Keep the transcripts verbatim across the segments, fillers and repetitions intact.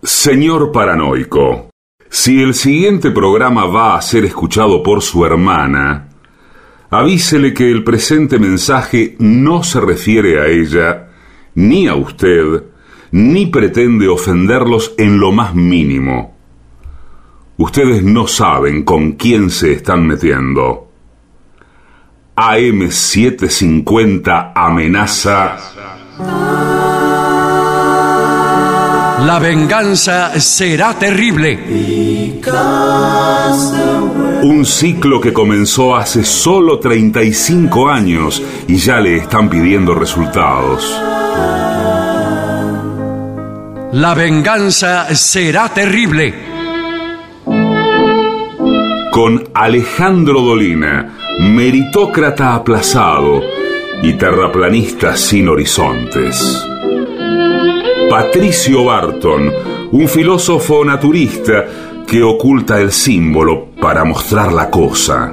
Señor paranoico, si el siguiente programa va a ser escuchado por su hermana, avísele que el presente mensaje no se refiere a ella, ni a usted, ni pretende ofenderlos en lo más mínimo. Ustedes no saben con quién se están metiendo. A M setecientos cincuenta amenaza. La venganza será terrible. Un ciclo que comenzó hace solo treinta y cinco años y ya le están pidiendo resultados. La venganza será terrible. Con Alejandro Dolina, meritócrata aplazado y terraplanista sin horizontes. Patricio Barton, un filósofo naturista que oculta el símbolo para mostrar la cosa.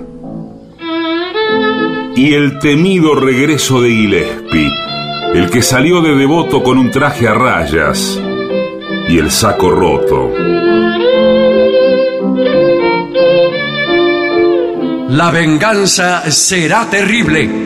Y el temido regreso de Gillespie, el que salió de devoto con un traje a rayas y el saco roto. La venganza será terrible.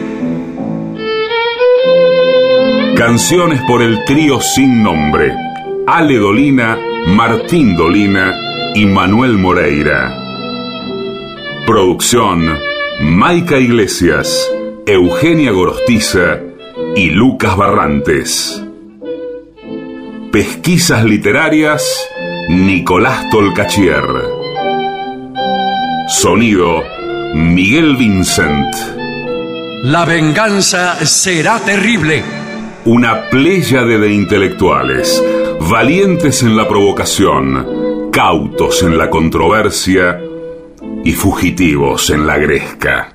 Canciones por el trío sin nombre: Ale Dolina, Martín Dolina y Manuel Moreira. Producción: Maica Iglesias, Eugenia Gorostiza y Lucas Barrantes. Pesquisas literarias: Nicolás Tolcachier. Sonido: Miguel Vincent. La venganza será terrible. Una pléyade de intelectuales, valientes en la provocación, cautos en la controversia y fugitivos en la gresca.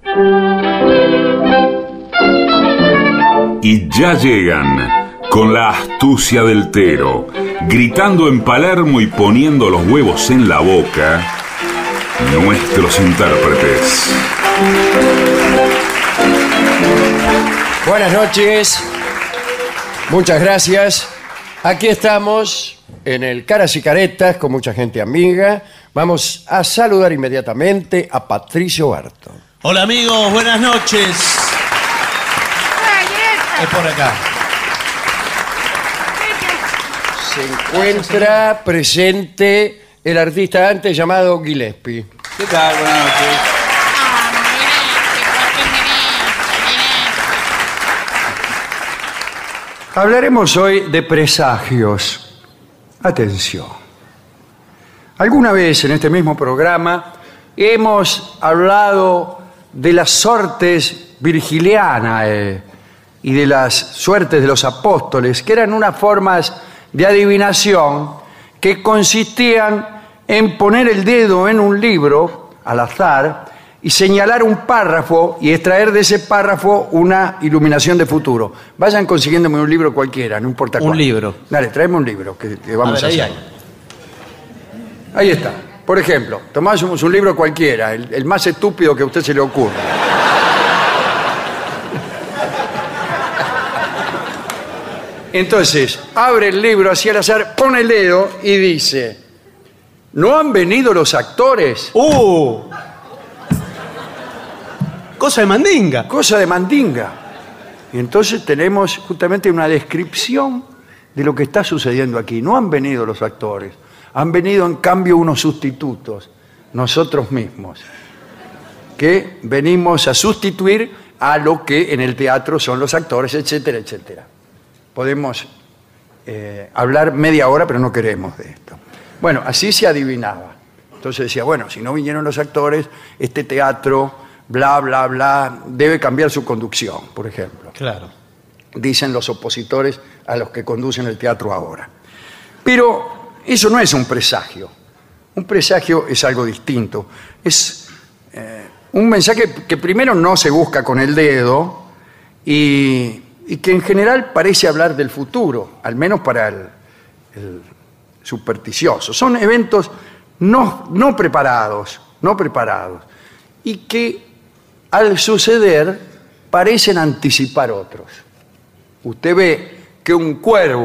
Y ya llegan, con la astucia del Tero, gritando en Palermo y poniendo los huevos en la boca, nuestros intérpretes. Buenas noches. Muchas gracias. Aquí estamos en el Caras y Caretas con mucha gente amiga. Vamos a saludar inmediatamente a Patricio Barton. Hola amigos, buenas noches. Es por acá. Se encuentra presente el artista antes llamado Gillespie. ¿Qué tal? Buenas noches. Hablaremos hoy de presagios. Atención. Alguna vez en este mismo programa hemos hablado de las sortes virgilianas eh, y de las suertes de los apóstoles, que eran unas formas de adivinación que consistían en poner el dedo en un libro al azar y señalar un párrafo y extraer de ese párrafo una iluminación de futuro. Vayan consiguiéndome un libro cualquiera, no importa cuál. Un libro. Dale, tráeme un libro que, que vamos a, a ver, hacer. ahí, Ahí está. Por ejemplo, tomásemos un libro cualquiera, el, el más estúpido que a usted se le ocurra. Entonces, abre el libro así al azar, pone el dedo y dice: ¿no han venido los actores? ¡Uh! Cosa de mandinga. Cosa de mandinga. Y entonces tenemos justamente una descripción de lo que está sucediendo aquí. No han venido los actores, han venido en cambio unos sustitutos, nosotros mismos, que venimos a sustituir a lo que en el teatro son los actores, etcétera, etcétera. Podemos eh, hablar media hora, pero no queremos de esto. Bueno, así se adivinaba. Entonces decía, bueno, si no vinieron los actores, este teatro, bla, bla, bla, debe cambiar su conducción, por ejemplo. Claro. Dicen los opositores a los que conducen el teatro ahora. Pero eso no es un presagio. Un presagio es algo distinto. Es eh, un mensaje que primero no se busca con el dedo y, y que en general parece hablar del futuro, al menos para el, el supersticioso. Son eventos no, no preparados, no preparados, y que al suceder parecen anticipar otros. Usted ve que un cuervo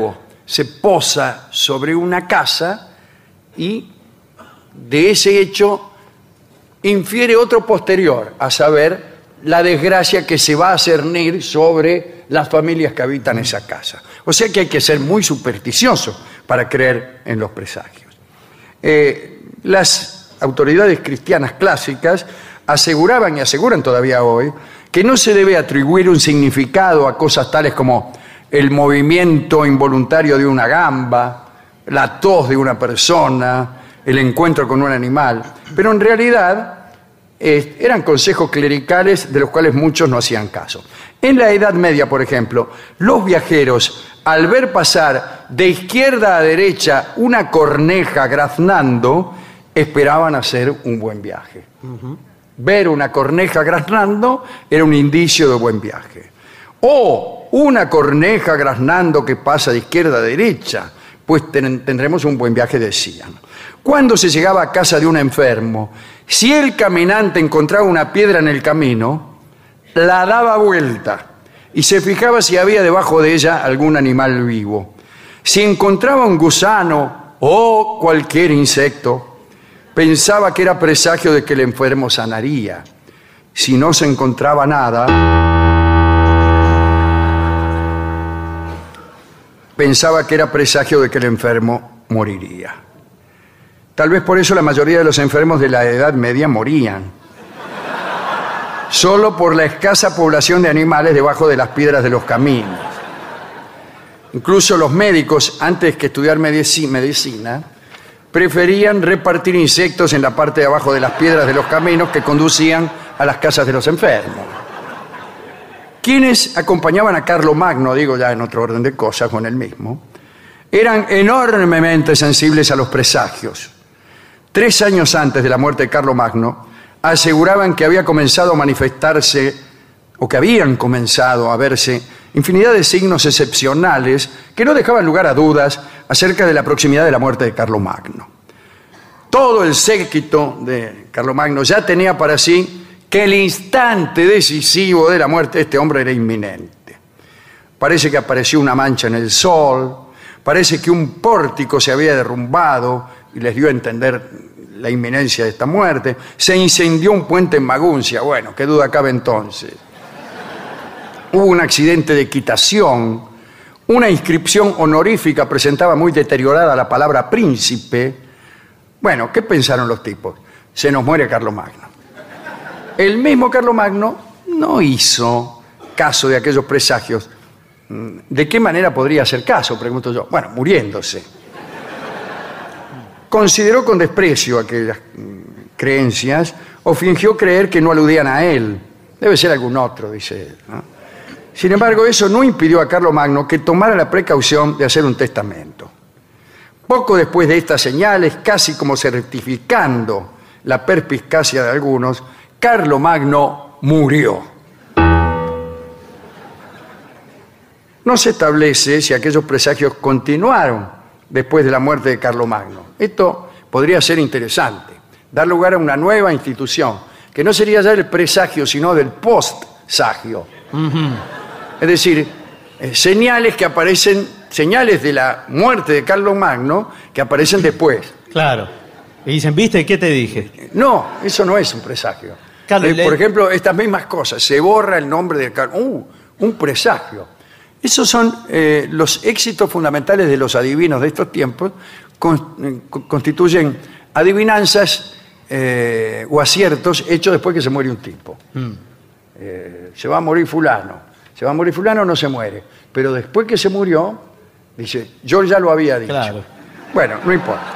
se posa sobre una casa y de ese hecho infiere otro posterior, a saber, la desgracia que se va a cernir sobre las familias que habitan esa casa. O sea que hay que ser muy supersticioso para creer en los presagios. Eh, las autoridades cristianas clásicas aseguraban y aseguran todavía hoy que no se debe atribuir un significado a cosas tales como el movimiento involuntario de una gamba, la tos de una persona, el encuentro con un animal, pero en realidad eh, eran consejos clericales de los cuales muchos no hacían caso. En la Edad Media, por ejemplo, los viajeros, al ver pasar de izquierda a derecha una corneja graznando, esperaban hacer un buen viaje. Uh-huh. Ver una corneja graznando era un indicio de buen viaje. O una corneja graznando que pasa de izquierda a derecha, pues ten- tendremos un buen viaje, decían. Cuando se llegaba a casa de un enfermo, si el caminante encontraba una piedra en el camino, la daba vuelta y se fijaba si había debajo de ella algún animal vivo. Si encontraba un gusano o cualquier insecto, pensaba que era presagio de que el enfermo sanaría. Si no se encontraba nada, pensaba que era presagio de que el enfermo moriría. Tal vez por eso la mayoría de los enfermos de la Edad Media morían. Solo por la escasa población de animales debajo de las piedras de los caminos. Incluso los médicos, antes que estudiar medicina, preferían repartir insectos en la parte de abajo de las piedras de los caminos que conducían a las casas de los enfermos. Quienes acompañaban a Carlomagno, digo ya en otro orden de cosas con él mismo, eran enormemente sensibles a los presagios. Tres años antes de la muerte de Carlomagno, aseguraban que había comenzado a manifestarse, o que habían comenzado a verse, infinidad de signos excepcionales que no dejaban lugar a dudas acerca de la proximidad de la muerte de Carlomagno. Todo el séquito de Carlomagno ya tenía para sí que el instante decisivo de la muerte de este hombre era inminente. Parece que apareció una mancha en el sol, parece que un pórtico se había derrumbado y les dio a entender la inminencia de esta muerte. Se incendió un puente en Maguncia. Bueno, qué duda cabe entonces. Hubo un accidente de equitación. Una inscripción honorífica presentaba muy deteriorada la palabra príncipe. Bueno, ¿qué pensaron los tipos? Se nos muere Carlomagno. El mismo Carlomagno no hizo caso de aquellos presagios. ¿De qué manera podría hacer caso? Pregunto yo. Bueno, muriéndose. Consideró con desprecio aquellas creencias o fingió creer que no aludían a él. Debe ser algún otro, dice él, ¿no? Sin embargo, eso no impidió a Carlomagno que tomara la precaución de hacer un testamento. Poco después de estas señales, casi como certificando la perspicacia de algunos, Carlomagno murió. No se establece si aquellos presagios continuaron después de la muerte de Carlomagno. Esto podría ser interesante, dar lugar a una nueva institución, que no sería ya el presagio, sino del postsagio. Uh-huh. Es decir, eh, señales que aparecen, señales de la muerte de Carlomagno que aparecen después. Claro. Y dicen, ¿viste? ¿Qué te dije? No, eso no es un presagio. Claro, eh, le... Por ejemplo, estas mismas cosas, se borra el nombre de Carlomagno. Uh, un presagio. Esos son eh, los éxitos fundamentales de los adivinos de estos tiempos, con, eh, constituyen adivinanzas eh, o aciertos hechos después que se muere un tipo. Mm. Eh, se va a morir fulano, se va a morir fulano, no se muere, pero después que se murió, dice, yo ya lo había dicho. Claro. Bueno, no importa.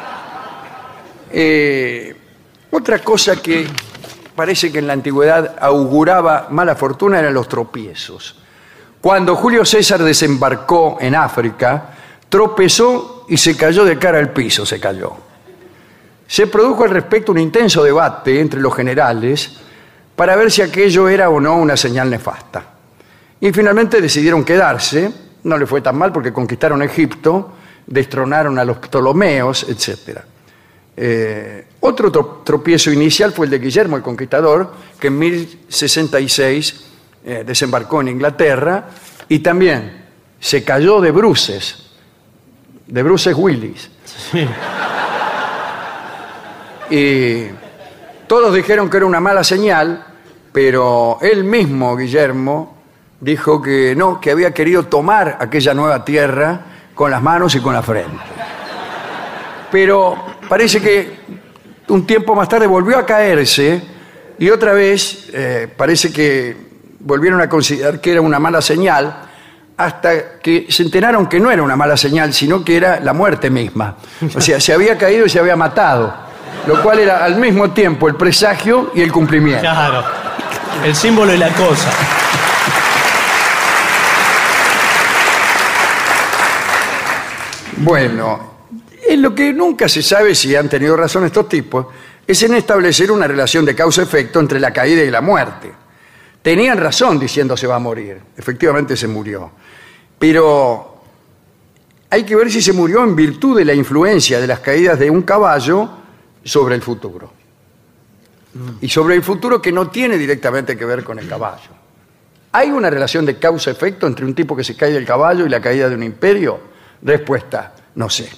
Eh, otra cosa que parece que en la antigüedad auguraba mala fortuna eran los tropiezos. Cuando Julio César desembarcó en África, tropezó y se cayó de cara al piso, se cayó. Se produjo al respecto un intenso debate entre los generales para ver si aquello era o no una señal nefasta. Y finalmente decidieron quedarse, no le fue tan mal porque conquistaron Egipto, destronaron a los Ptolomeos, etcétera. Eh, otro tropiezo inicial fue el de Guillermo el Conquistador, que en mil sesenta y seis eh, desembarcó en Inglaterra y también se cayó de bruces. de Bruce Willis. Sí. Y todos dijeron que era una mala señal, pero él mismo, Guillermo, dijo que no, que había querido tomar aquella nueva tierra con las manos y con la frente. Pero parece que un tiempo más tarde volvió a caerse y otra vez eh, parece que volvieron a considerar que era una mala señal hasta que se enteraron que no era una mala señal, sino que era la muerte misma. O sea, se había caído y se había matado, lo cual era al mismo tiempo el presagio y el cumplimiento. Claro. El símbolo y la cosa. Bueno, en lo que nunca se sabe si han tenido razón estos tipos es en establecer una relación de causa-efecto entre la caída y la muerte. Tenían razón diciendo se va a morir. Efectivamente se murió. Pero hay que ver si se murió en virtud de la influencia de las caídas de un caballo sobre el futuro. Y sobre el futuro que no tiene directamente que ver con el caballo. ¿Hay una relación de causa-efecto entre un tipo que se cae del caballo y la caída de un imperio? Respuesta, no sé.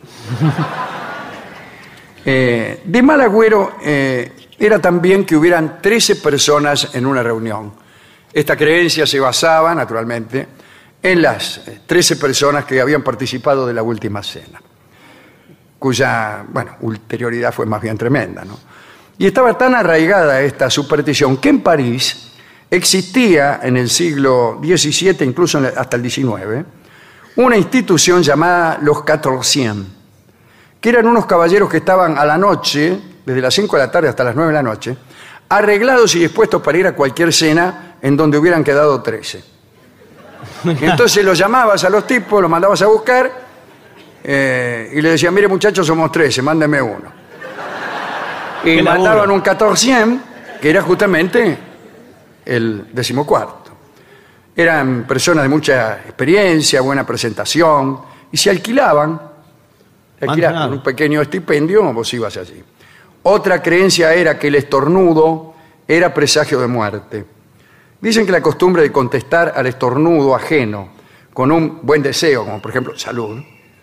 eh, de mal agüero eh, era también que hubieran trece personas en una reunión. Esta creencia se basaba, naturalmente, en las trece personas que habían participado de la última cena, cuya, bueno, ulterioridad fue más bien tremenda, ¿no? Y estaba tan arraigada esta superstición que en París existía en el siglo diecisiete, incluso hasta el diecinueve, una institución llamada los Quatorzième, que eran unos caballeros que estaban a la noche, desde las cinco de la tarde hasta las nueve de la noche, arreglados y dispuestos para ir a cualquier cena en donde hubieran quedado trece. Entonces los llamabas a los tipos, los mandabas a buscar eh, y le decían, mire muchachos, somos trece, mándeme uno. Y mandaban un Quatorzième, que era justamente el decimocuarto. Eran personas de mucha experiencia, buena presentación, y se alquilaban, se alquilaban un pequeño estipendio, vos ibas allí. Otra creencia era que el estornudo era presagio de muerte. Dicen que la costumbre de contestar al estornudo ajeno con un buen deseo, como por ejemplo salud,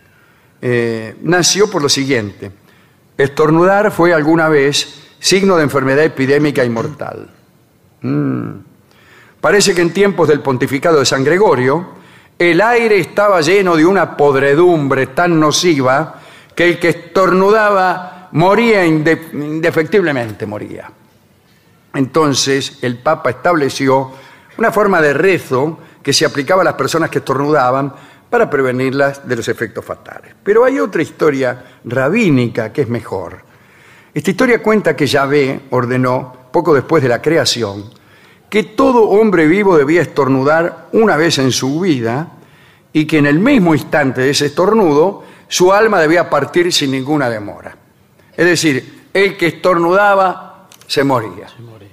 eh, nació por lo siguiente. Estornudar fue alguna vez signo de enfermedad epidémica y mortal. Mm. Parece que en tiempos del pontificado de San Gregorio, el aire estaba lleno de una podredumbre tan nociva que el que estornudaba moría inde- indefectiblemente, moría. Entonces el Papa estableció una forma de rezo que se aplicaba a las personas que estornudaban para prevenirlas de los efectos fatales. Pero hay otra historia rabínica que es mejor. Esta historia cuenta que Yahvé ordenó, poco después de la creación, que todo hombre vivo debía estornudar una vez en su vida y que en el mismo instante de ese estornudo su alma debía partir sin ninguna demora. Es decir, el que estornudaba se moría. Se moría.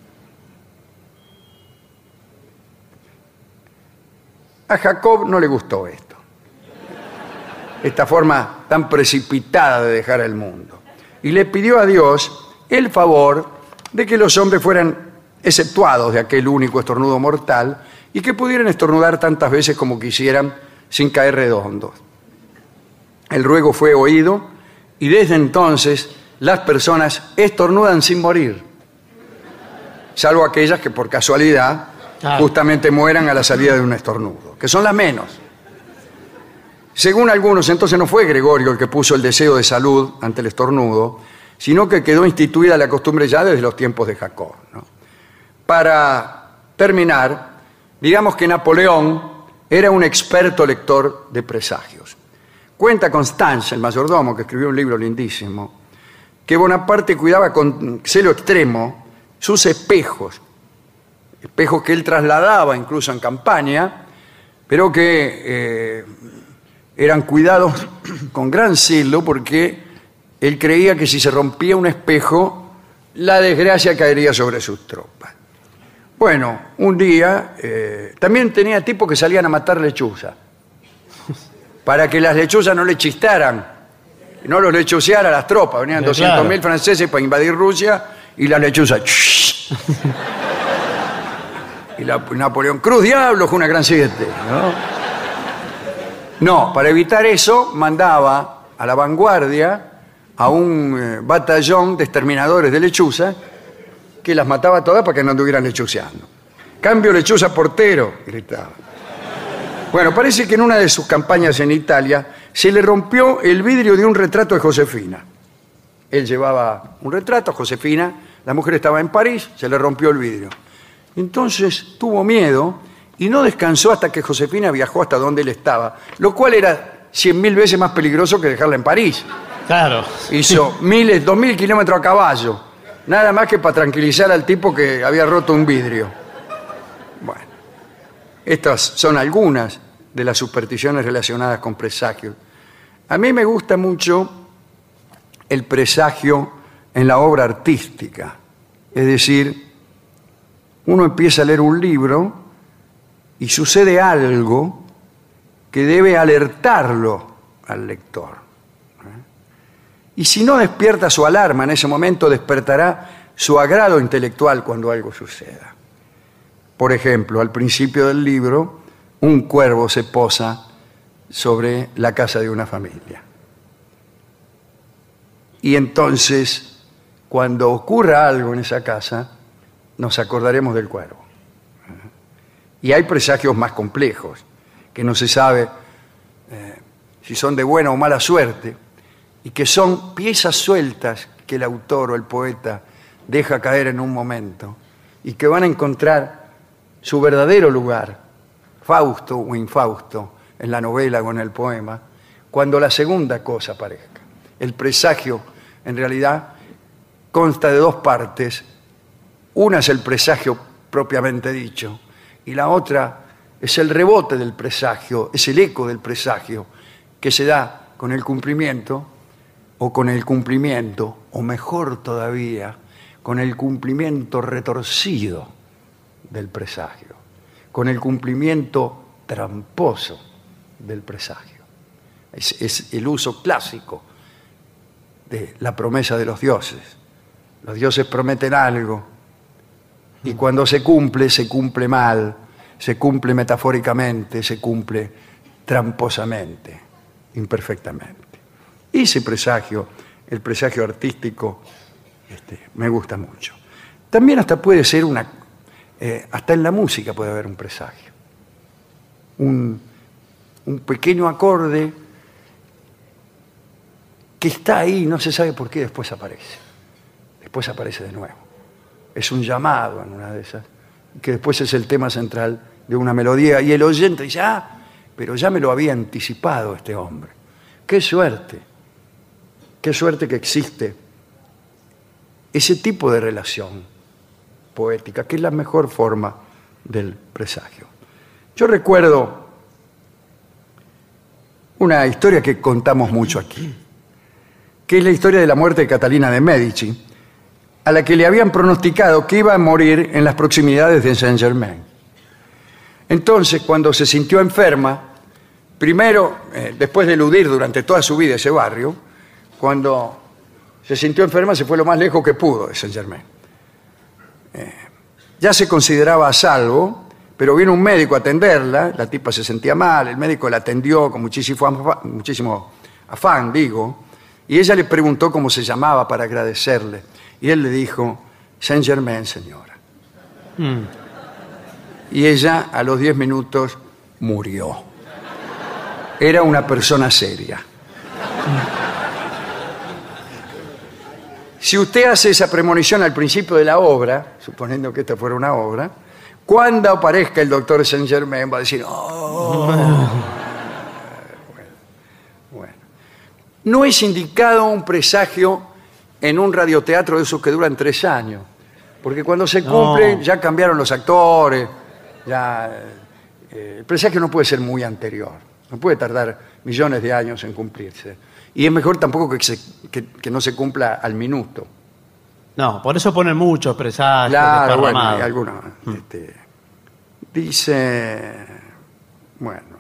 A Jacob no le gustó esto, esta forma tan precipitada de dejar el mundo, y le pidió a Dios el favor de que los hombres fueran exceptuados de aquel único estornudo mortal y que pudieran estornudar tantas veces como quisieran sin caer redondos. El ruego fue oído y desde entonces las personas estornudan sin morir, salvo aquellas que por casualidad Ah. justamente mueran a la salida de un estornudo, que son las menos. Según algunos, entonces no fue Gregorio el que puso el deseo de salud ante el estornudo, sino que quedó instituida la costumbre ya desde los tiempos de Jacob, ¿no? Para terminar, digamos que Napoleón era un experto lector de presagios. Cuenta Constance, el mayordomo, que escribió un libro lindísimo, que Bonaparte cuidaba con celo extremo sus espejos, espejos que él trasladaba incluso en campaña, pero que eh, eran cuidados con gran celo porque él creía que si se rompía un espejo, la desgracia caería sobre sus tropas. Bueno, un día eh, también tenía tipos que salían a matar lechuzas, para que las lechuzas no le chistaran, no los lechucearan a las tropas. Venían doscientos mil franceses para invadir Rusia y las lechuzas... Y la, Napoleón, Cruz Diablo, fue una gran siete, ¿no? No, para evitar eso, mandaba a la vanguardia a un eh, batallón de exterminadores de lechuzas que las mataba todas para que no anduvieran lechuceando. Cambio lechuza portero, gritaba. Bueno, parece que en una de sus campañas en Italia se le rompió el vidrio de un retrato de Josefina. Él llevaba un retrato, Josefina, la mujer estaba en París, se le rompió el vidrio. Entonces tuvo miedo y no descansó hasta que Josefina viajó hasta donde él estaba, lo cual era cien mil veces más peligroso que dejarla en París. Claro. Hizo miles, dos mil kilómetros a caballo, nada más que para tranquilizar al tipo que había roto un vidrio. Bueno, estas son algunas de las supersticiones relacionadas con presagios. A mí me gusta mucho el presagio en la obra artística. Es decir, uno empieza a leer un libro y sucede algo que debe alertarlo al lector. Y si no despierta su alarma en ese momento, despertará su agrado intelectual cuando algo suceda. Por ejemplo, al principio del libro, un cuervo se posa sobre la casa de una familia. Y entonces, cuando ocurra algo en esa casa, nos acordaremos del cuervo. Y hay presagios más complejos, que no se sabe eh, si son de buena o mala suerte, y que son piezas sueltas que el autor o el poeta deja caer en un momento, y que van a encontrar su verdadero lugar, Fausto o infausto, en la novela o en el poema, cuando la segunda cosa aparezca. El presagio, en realidad, consta de dos partes. Una es el presagio propiamente dicho, y la otra es el rebote del presagio, es el eco del presagio, que se da con el cumplimiento, o con el cumplimiento, o mejor todavía, con el cumplimiento retorcido del presagio, con el cumplimiento tramposo del presagio. Es, es el uso clásico de la promesa de los dioses. Los dioses prometen algo y cuando se cumple, se cumple mal, se cumple metafóricamente, se cumple tramposamente, imperfectamente. Y ese presagio, el presagio artístico, este, me gusta mucho. También hasta puede ser una... Eh, hasta en la música puede haber un presagio. Un, un pequeño acorde que está ahí, no se sabe por qué, después aparece. Después aparece de nuevo. Es un llamado en una de esas, que después es el tema central de una melodía, y el oyente dice, ah, pero ya me lo había anticipado este hombre. ¡Qué suerte! ¡Qué suerte que existe ese tipo de relación poética, que es la mejor forma del presagio! Yo recuerdo una historia que contamos mucho aquí, que es la historia de la muerte de Catalina de Médici, a la que le habían pronosticado que iba a morir en las proximidades de Saint-Germain. Entonces, cuando se sintió enferma, primero, eh, después de eludir durante toda su vida ese barrio, cuando se sintió enferma se fue lo más lejos que pudo de Saint-Germain. Eh, ya se consideraba a salvo, pero vino un médico a atenderla, la tipa se sentía mal, el médico la atendió con muchísimo afán, muchísimo afán, digo, y ella le preguntó cómo se llamaba para agradecerle. Y él le dijo, Saint-Germain, señora. Mm. Y ella, a los diez minutos, murió. Era una persona seria. Mm. Si usted hace esa premonición al principio de la obra, suponiendo que esta fuera una obra, cuando aparezca el doctor Saint-Germain va a decir, oh. bueno, bueno. No es indicado un presagio en un radioteatro de esos que duran tres años. Porque cuando se cumple, no. ya cambiaron los actores, ya, eh, el presagio no puede ser muy anterior, no puede tardar millones de años en cumplirse. Y es mejor tampoco que, se, que, que no se cumpla al minuto. No, por eso ponen muchos presagios. Claro, bueno, hay algunos. Mm. Este, dice, bueno,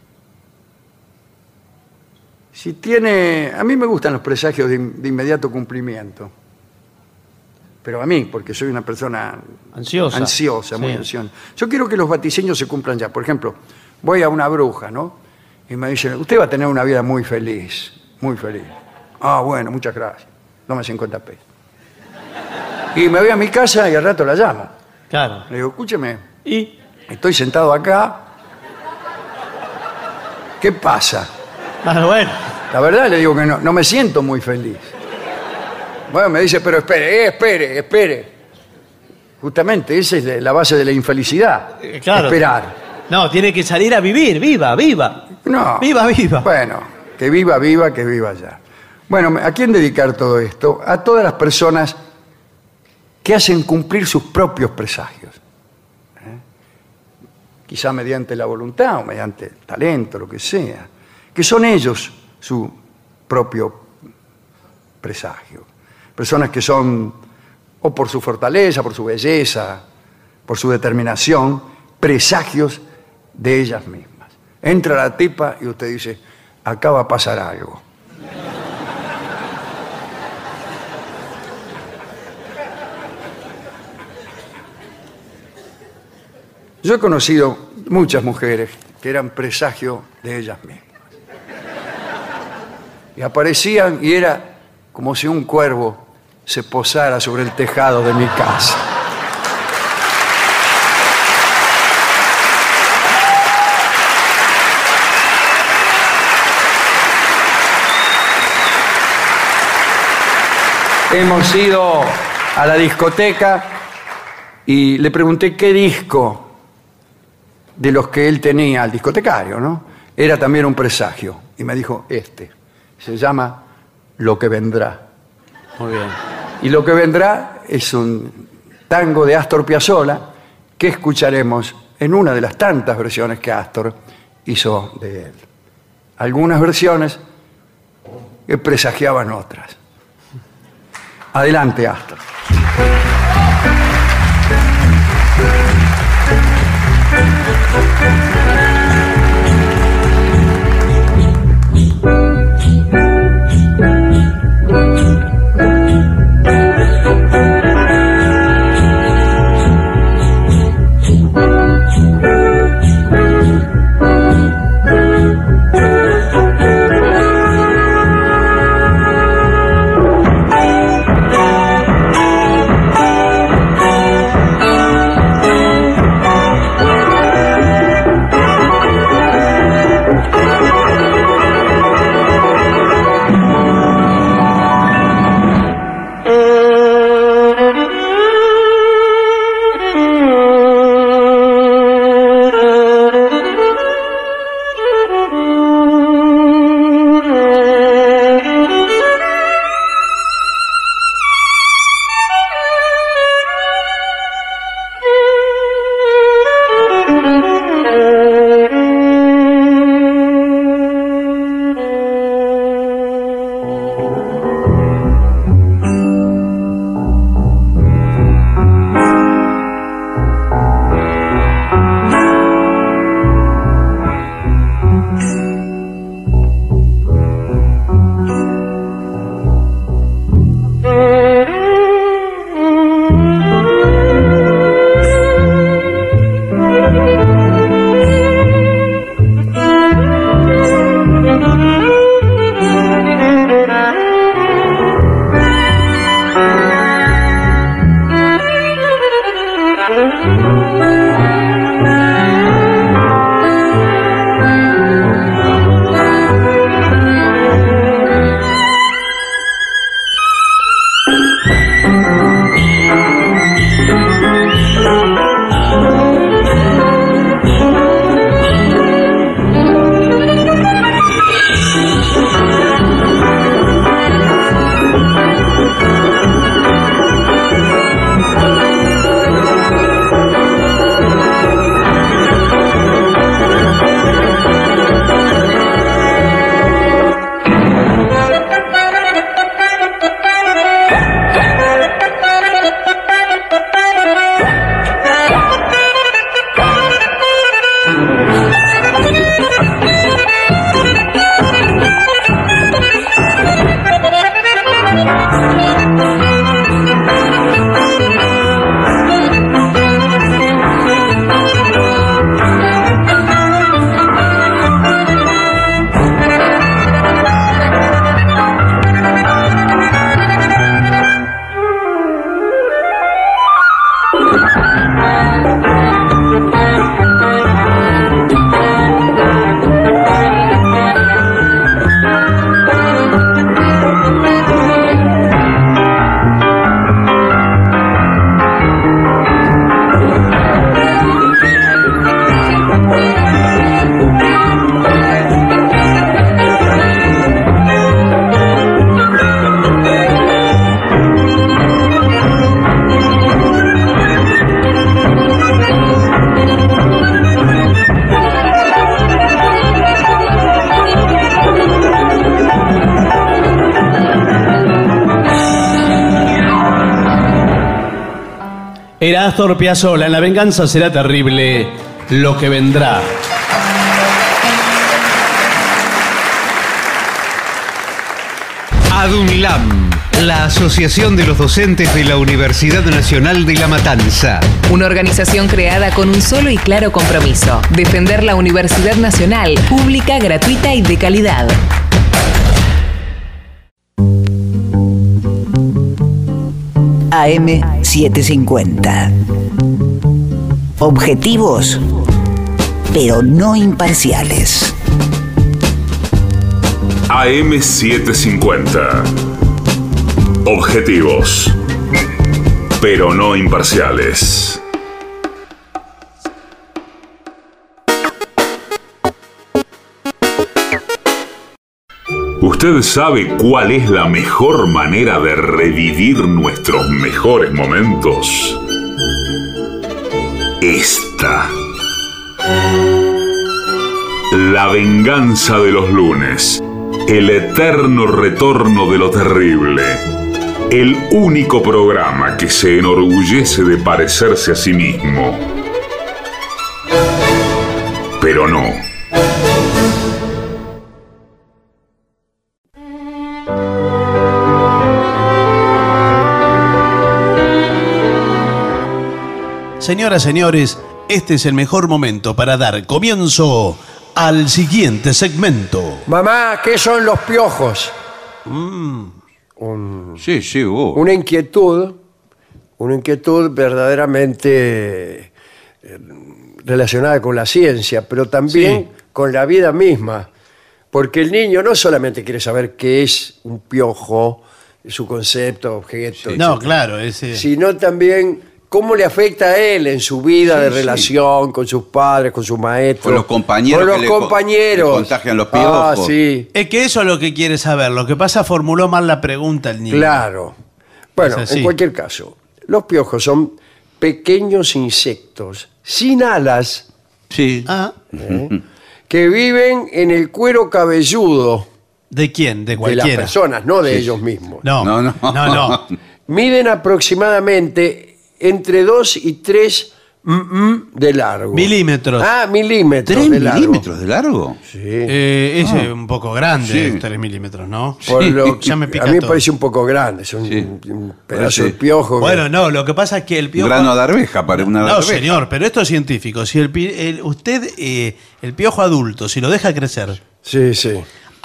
si tiene... A mí me gustan los presagios de, de inmediato cumplimiento. Pero a mí, porque soy una persona ansiosa, ansiosa muy sí. ansiosa. Yo quiero que los vaticinios se cumplan ya. Por ejemplo, voy a una bruja, ¿no? y me dice, usted va a tener una vida muy feliz, muy feliz. Ah, bueno, muchas gracias. Dame cincuenta pesos. Y me voy a mi casa y al rato la llamo. Claro. Le digo, escúcheme, Y, estoy sentado acá. ¿Qué pasa? ah, bueno, La verdad le digo que no, no me siento muy feliz. Bueno, me dice, pero espere, eh, espere, espere. Justamente esa es la base de la infelicidad. Eh, claro. Esperar. no, tiene que salir a vivir, viva, viva. No. Viva, viva. Bueno, que viva, viva, que viva ya. Bueno, ¿a quién dedicar todo esto? A todas las personas que hacen cumplir sus propios presagios. ¿Eh? Quizá mediante la voluntad o mediante el talento, lo que sea. Que son ellos su propio presagio. Personas que son, o por su fortaleza, por su belleza, por su determinación, presagios de ellas mismas. Entra la tipa y usted dice, acá va a pasar algo. Yo he conocido muchas mujeres que eran presagio de ellas mismas. Y aparecían y era como si un cuervo se posara sobre el tejado de mi casa. Hemos ido a la discoteca y le pregunté qué disco de los que él tenía, al discotecario, ¿no? Era también un presagio. Y me dijo, este. Se llama Lo que vendrá. Muy bien. Y Lo que vendrá es un tango de Astor Piazzolla que escucharemos en una de las tantas versiones que Astor hizo de él. Algunas versiones que presagiaban otras. Adelante, Astor. Era Astor Piazzolla, en La venganza será terrible lo que vendrá. ADUNLAM, la Asociación de los Docentes de la Universidad Nacional de La Matanza. Una organización creada con un solo y claro compromiso: defender la Universidad Nacional, pública, gratuita y de calidad. A M setecientos cincuenta. Objetivos, pero no imparciales. A M setecientos cincuenta. Objetivos, pero no imparciales. ¿Usted sabe cuál es la mejor manera de revivir nuestros mejores momentos? Esta. La venganza de los lunes. El eterno retorno de lo terrible. El único programa que se enorgullece de parecerse a sí mismo. Pero no. Señoras, señores, este es el mejor momento para dar comienzo al siguiente segmento. Mamá, ¿qué son los piojos? Mm. Un- Sí, sí, hubo. una inquietud, una inquietud verdaderamente eh, relacionada con la ciencia, pero también Sí. con la vida misma. Porque el niño no solamente quiere saber qué es un piojo, su concepto, objeto, No, etcétera, claro, ese. sino también cómo le afecta a él en su vida Sí, de sí. relación con sus padres, con sus maestros. Con los compañeros Con los que le co- compañeros. le contagian los Ah, piojos. sí, Es que eso es lo que quiere saber. Lo que pasa, formuló mal la pregunta el niño. claro. Bueno, Es así. en cualquier caso, los piojos son pequeños insectos sin alas Sí. Ah, ¿eh? que viven en el cuero cabelludo ¿de quién? De de las cualquiera. personas, no de ellos mismos. No, No, no, no. no. no. Miden aproximadamente entre dos y tres mm, de largo. Milímetros. Ah, milímetros ¿Tres de largo. milímetros de largo? Sí. Eh, ese es un poco grande, Sí. tres milímetros, ¿no? Por lo- Ya me pica a mí me todo. parece un poco grande, es un, Sí. un pedazo de Parece- piojo. que- Bueno, no, lo que pasa es que el Un piojo... grano de arveja para una No, arveja. señor, pero esto es científico. Si el, pi- el- usted, eh, el piojo adulto, si lo deja crecer, Sí, sí.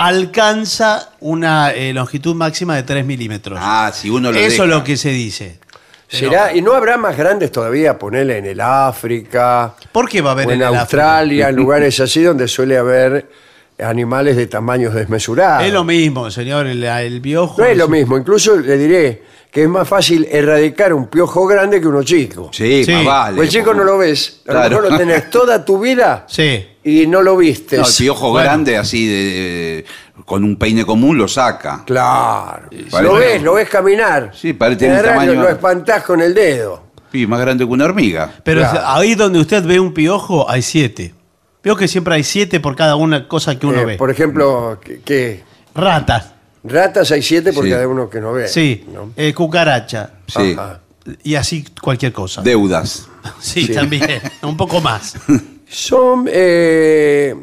alcanza una eh, longitud máxima de tres milímetros. Ah, si uno lo Eso deja. es lo que se dice. ¿Será? ¿Y no habrá más grandes todavía? Ponerle en el África, ¿Por qué va a haber o en, en el Australia, en lugares así donde suele haber animales de tamaños desmesurados. Es lo mismo, señor, el, el piojo. No es lo mismo, incluso le diré que es más fácil erradicar un piojo grande que uno chico. Sí, Sí. más vale. Pues el chico no lo ves, a lo Claro. mejor lo tenés toda tu vida Sí. y no lo viste. No, el piojo Bueno. grande así de, de- con un peine común lo saca. Claro. Parece- Lo ves, lo ves caminar. Sí, parece tener Agarrás, tamaño- Lo, lo espantás con el dedo. Sí, más grande que una hormiga. Pero Claro. ahí donde usted ve un piojo, hay siete. Veo que siempre hay siete por cada una cosa que uno Eh, ve. por ejemplo, ¿qué, qué? Ratas, Ratas hay siete por Sí. cada uno que no ve. sí. ¿no? Eh, cucaracha. Sí. Ajá. Y así cualquier cosa. Deudas. Sí, Sí. también. Un poco más. Son eh,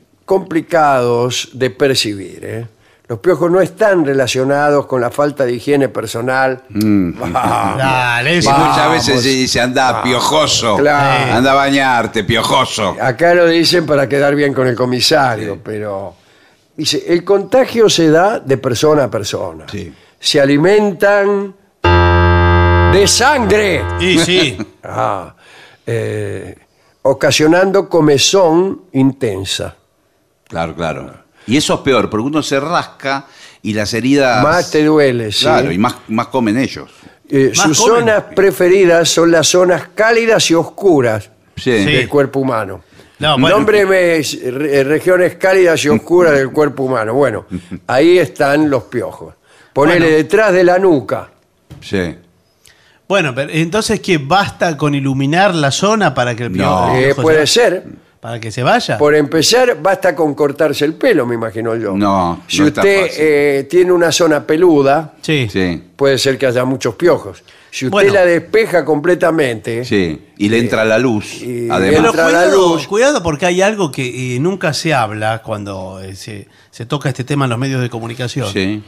complicados de percibir. ¿eh? Los piojos no están relacionados con la falta de higiene personal. Vamos. Dale, Y eso. Vamos. muchas veces se dice, anda, piojoso. Claro. Anda a bañarte, piojoso. Acá lo dicen para quedar bien con el comisario, pero dice, el contagio se da de persona a persona. Sí. Se alimentan de sangre, Y sí. Ah, eh, ocasionando comezón intensa. Claro, claro. Y eso es peor, porque uno se rasca y las heridas... Más te duele, sí. Claro, y más, más comen ellos. Eh, Más sus comen. zonas preferidas son las zonas cálidas y oscuras Sí. del cuerpo humano. No, bueno. Nómbreme re- regiones cálidas y oscuras del cuerpo humano. Bueno, ahí están los piojos. Ponele Bueno. detrás de la nuca. Sí. Bueno, pero entonces, ¿qué? ¿Basta con iluminar la zona para que el No. piojo... el Eh, piojo puede se- ser. para que se vaya. Por empezar, basta con cortarse el pelo, me imagino yo. No, Si no está usted fácil. eh, tiene una zona peluda, Sí. Sí, puede ser que haya muchos piojos. Si usted Bueno. la despeja completamente, sí. Y le entra la luz, y además. Pero entra la cuidado, luz. cuidado porque hay algo que eh, nunca se habla cuando eh, se, se toca este tema en los medios de comunicación. Sí.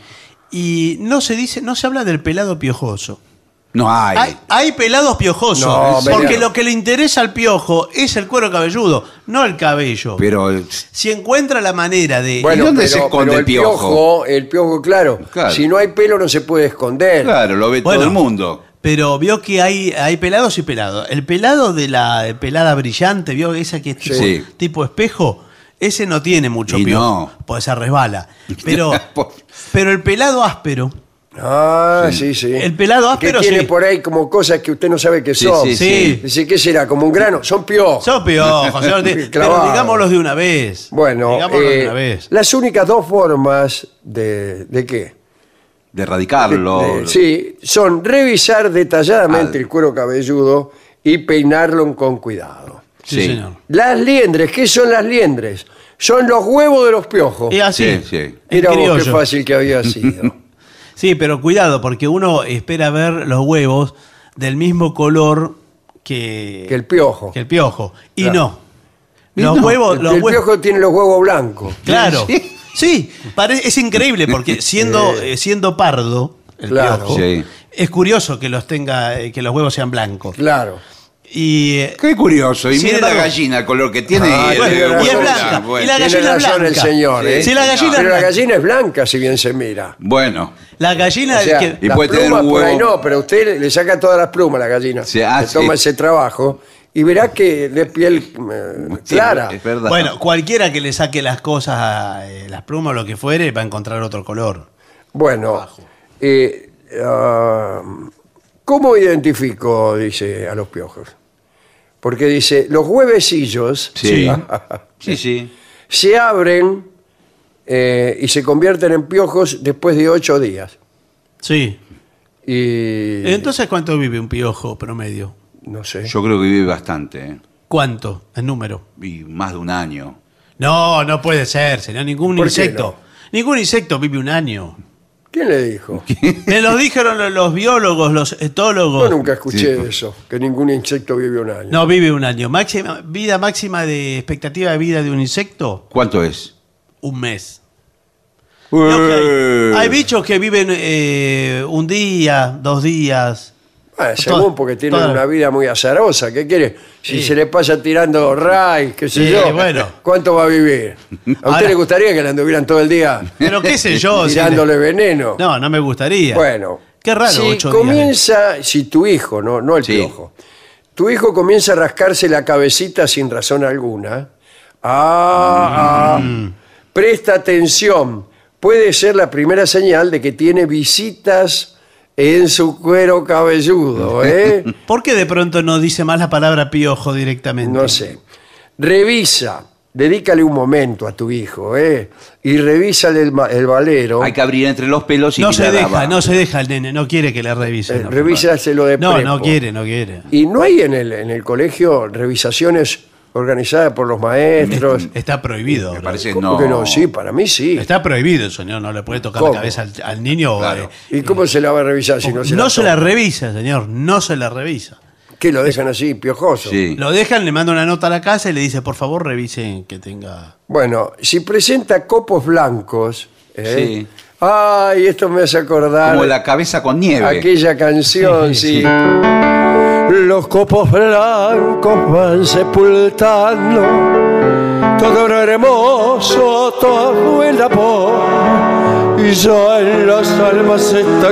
Y no se dice, no se habla del pelado piojoso. No hay. Hay, hay pelados piojosos, No, porque venga. lo que le interesa al piojo es el cuero cabelludo, no el cabello. Pero Si encuentra la manera de... bueno, ¿Y dónde pero, se esconde pero el piojo? El piojo, claro, Claro. Si no hay pelo no se puede esconder. claro, lo ve Bueno. todo el mundo. Pero vio que hay, hay pelados y pelados. El pelado de la pelada brillante, vio esa que es tipo, Sí. tipo espejo, ese no tiene mucho Y piojo, no. pues se resbala. Pero, pero el pelado áspero, Ah, sí, sí. El pelado áspero, que tiene sí. por ahí como cosas que usted no sabe que Sí, son. sí, sí. Dice, ¿qué será? ¿Como un grano? Son piojos. son piojos, señor, pero Clavado. digámoslos de una vez. Bueno, digámoslo de eh, una vez. las únicas dos formas de... ¿De qué? De erradicarlo. De- sí, son revisar detalladamente Al- el cuero cabelludo y peinarlo con cuidado. Sí, sí. señor. Las liendres, ¿qué son las liendres? Son los huevos de los piojos. Y así, Sí, sí. en Mira vos qué criollo. fácil que había sido. Sí, pero cuidado, porque uno espera ver los huevos del mismo color que, Que el piojo. que el piojo. Y Claro. no. Y Los no. huevos, El, los el huevos. piojo tiene los huevos blancos. Claro. Sí. Sí, pare- es increíble porque siendo, eh, siendo pardo, el Claro. piojo, Sí. es curioso que los tenga, eh, que los huevos sean blancos. Claro. Y eh, Qué curioso. Y Sin mire la embargo- gallina, el color que tiene. Ah, y el- bueno, el y es huevo blanca. blanco, bueno. Y la Tiene gallina es razón blanca. el señor, ¿eh? Sí, la gallina es Pero la blanca. gallina es blanca, si bien se mira. Bueno, la gallina O sea, que- Y las puede tener plumas un por ahí huevo- no, pero usted le saca todas las plumas a la gallina. Sí, ah, le toma sí. ese trabajo y verá que de piel eh, sí, clara. es verdad. bueno, cualquiera que le saque las cosas, a, eh, las plumas o lo que fuere, va a encontrar otro color. Bueno, eh, ah, ¿cómo identifico, dice, a los piojos? Porque dice, los huevecillos Sí. Sí, sí. se abren eh, y se convierten en piojos después de ocho días. Sí. Y Entonces, ¿cuánto vive un piojo promedio? no sé. Yo creo que vive bastante. ¿eh? ¿Cuánto? El número. Y más de un año. No, no puede ser, señor. Ningún ¿Por qué insecto. Ningún insecto vive un año. ¿Quién le dijo? Me lo dijeron los- los biólogos, los Yo etólogos. nunca escuché Sí. eso, que ningún insecto vive un año. No vive un año. Máxima, vida máxima de expectativa de vida de un insecto, ¿Cuánto es? un mes. Veo que Eh. Hay, hay bichos que viven eh, un día, dos días. Ah, según, Toda- porque tienen toda- una vida muy azarosa. ¿Qué quiere? Si Sí. se le pasa tirando ray, qué sé Sí, yo, bueno. ¿cuánto va a vivir? ¿A usted Ahora- le gustaría que le anduvieran todo el día Pero qué sé yo. si le- tirándole veneno? No, no me gustaría. Bueno, Qué raro, si ocho días. comienza, si tu hijo, no, no el Sí. piojo, tu hijo comienza a rascarse la cabecita sin razón alguna, ah, ah, presta atención, puede ser la primera señal de que tiene visitas en su cuero cabelludo, ¿eh? ¿Por qué de pronto no dice más la palabra piojo directamente? No sé. Revisa, dedícale un momento a tu hijo, ¿eh? Y revísale el, ma- el valero. Hay que abrir entre los pelos y No se mirar deja, abajo. no se deja el nene, no quiere que le revisen. Eh, no, revísaselo de No, prepo. no quiere, no quiere. Y no hay en el, en el colegio revisaciones organizadas por los maestros. Está prohibido. Me ahora. parece ¿Cómo no. que no? Sí, para mí sí. Está prohibido, señor. No le puede tocar ¿Cómo? la cabeza al, al niño. Claro. eh, ¿Y cómo se la va a revisar si no se no la se la toca? revisa, señor. No se la revisa. ¿Qué lo dejan así, piojoso? Sí. Lo dejan, le manda una nota a la casa y le dice, por favor, revise que tenga... Bueno, si presenta copos blancos, ¿eh? Sí. Ay, esto me hace acordar Como la cabeza con nieve. aquella canción, sí. Sí, sí. Los copos blancos van sepultando todo lo hermoso, todo el amor, y ya en las almas se está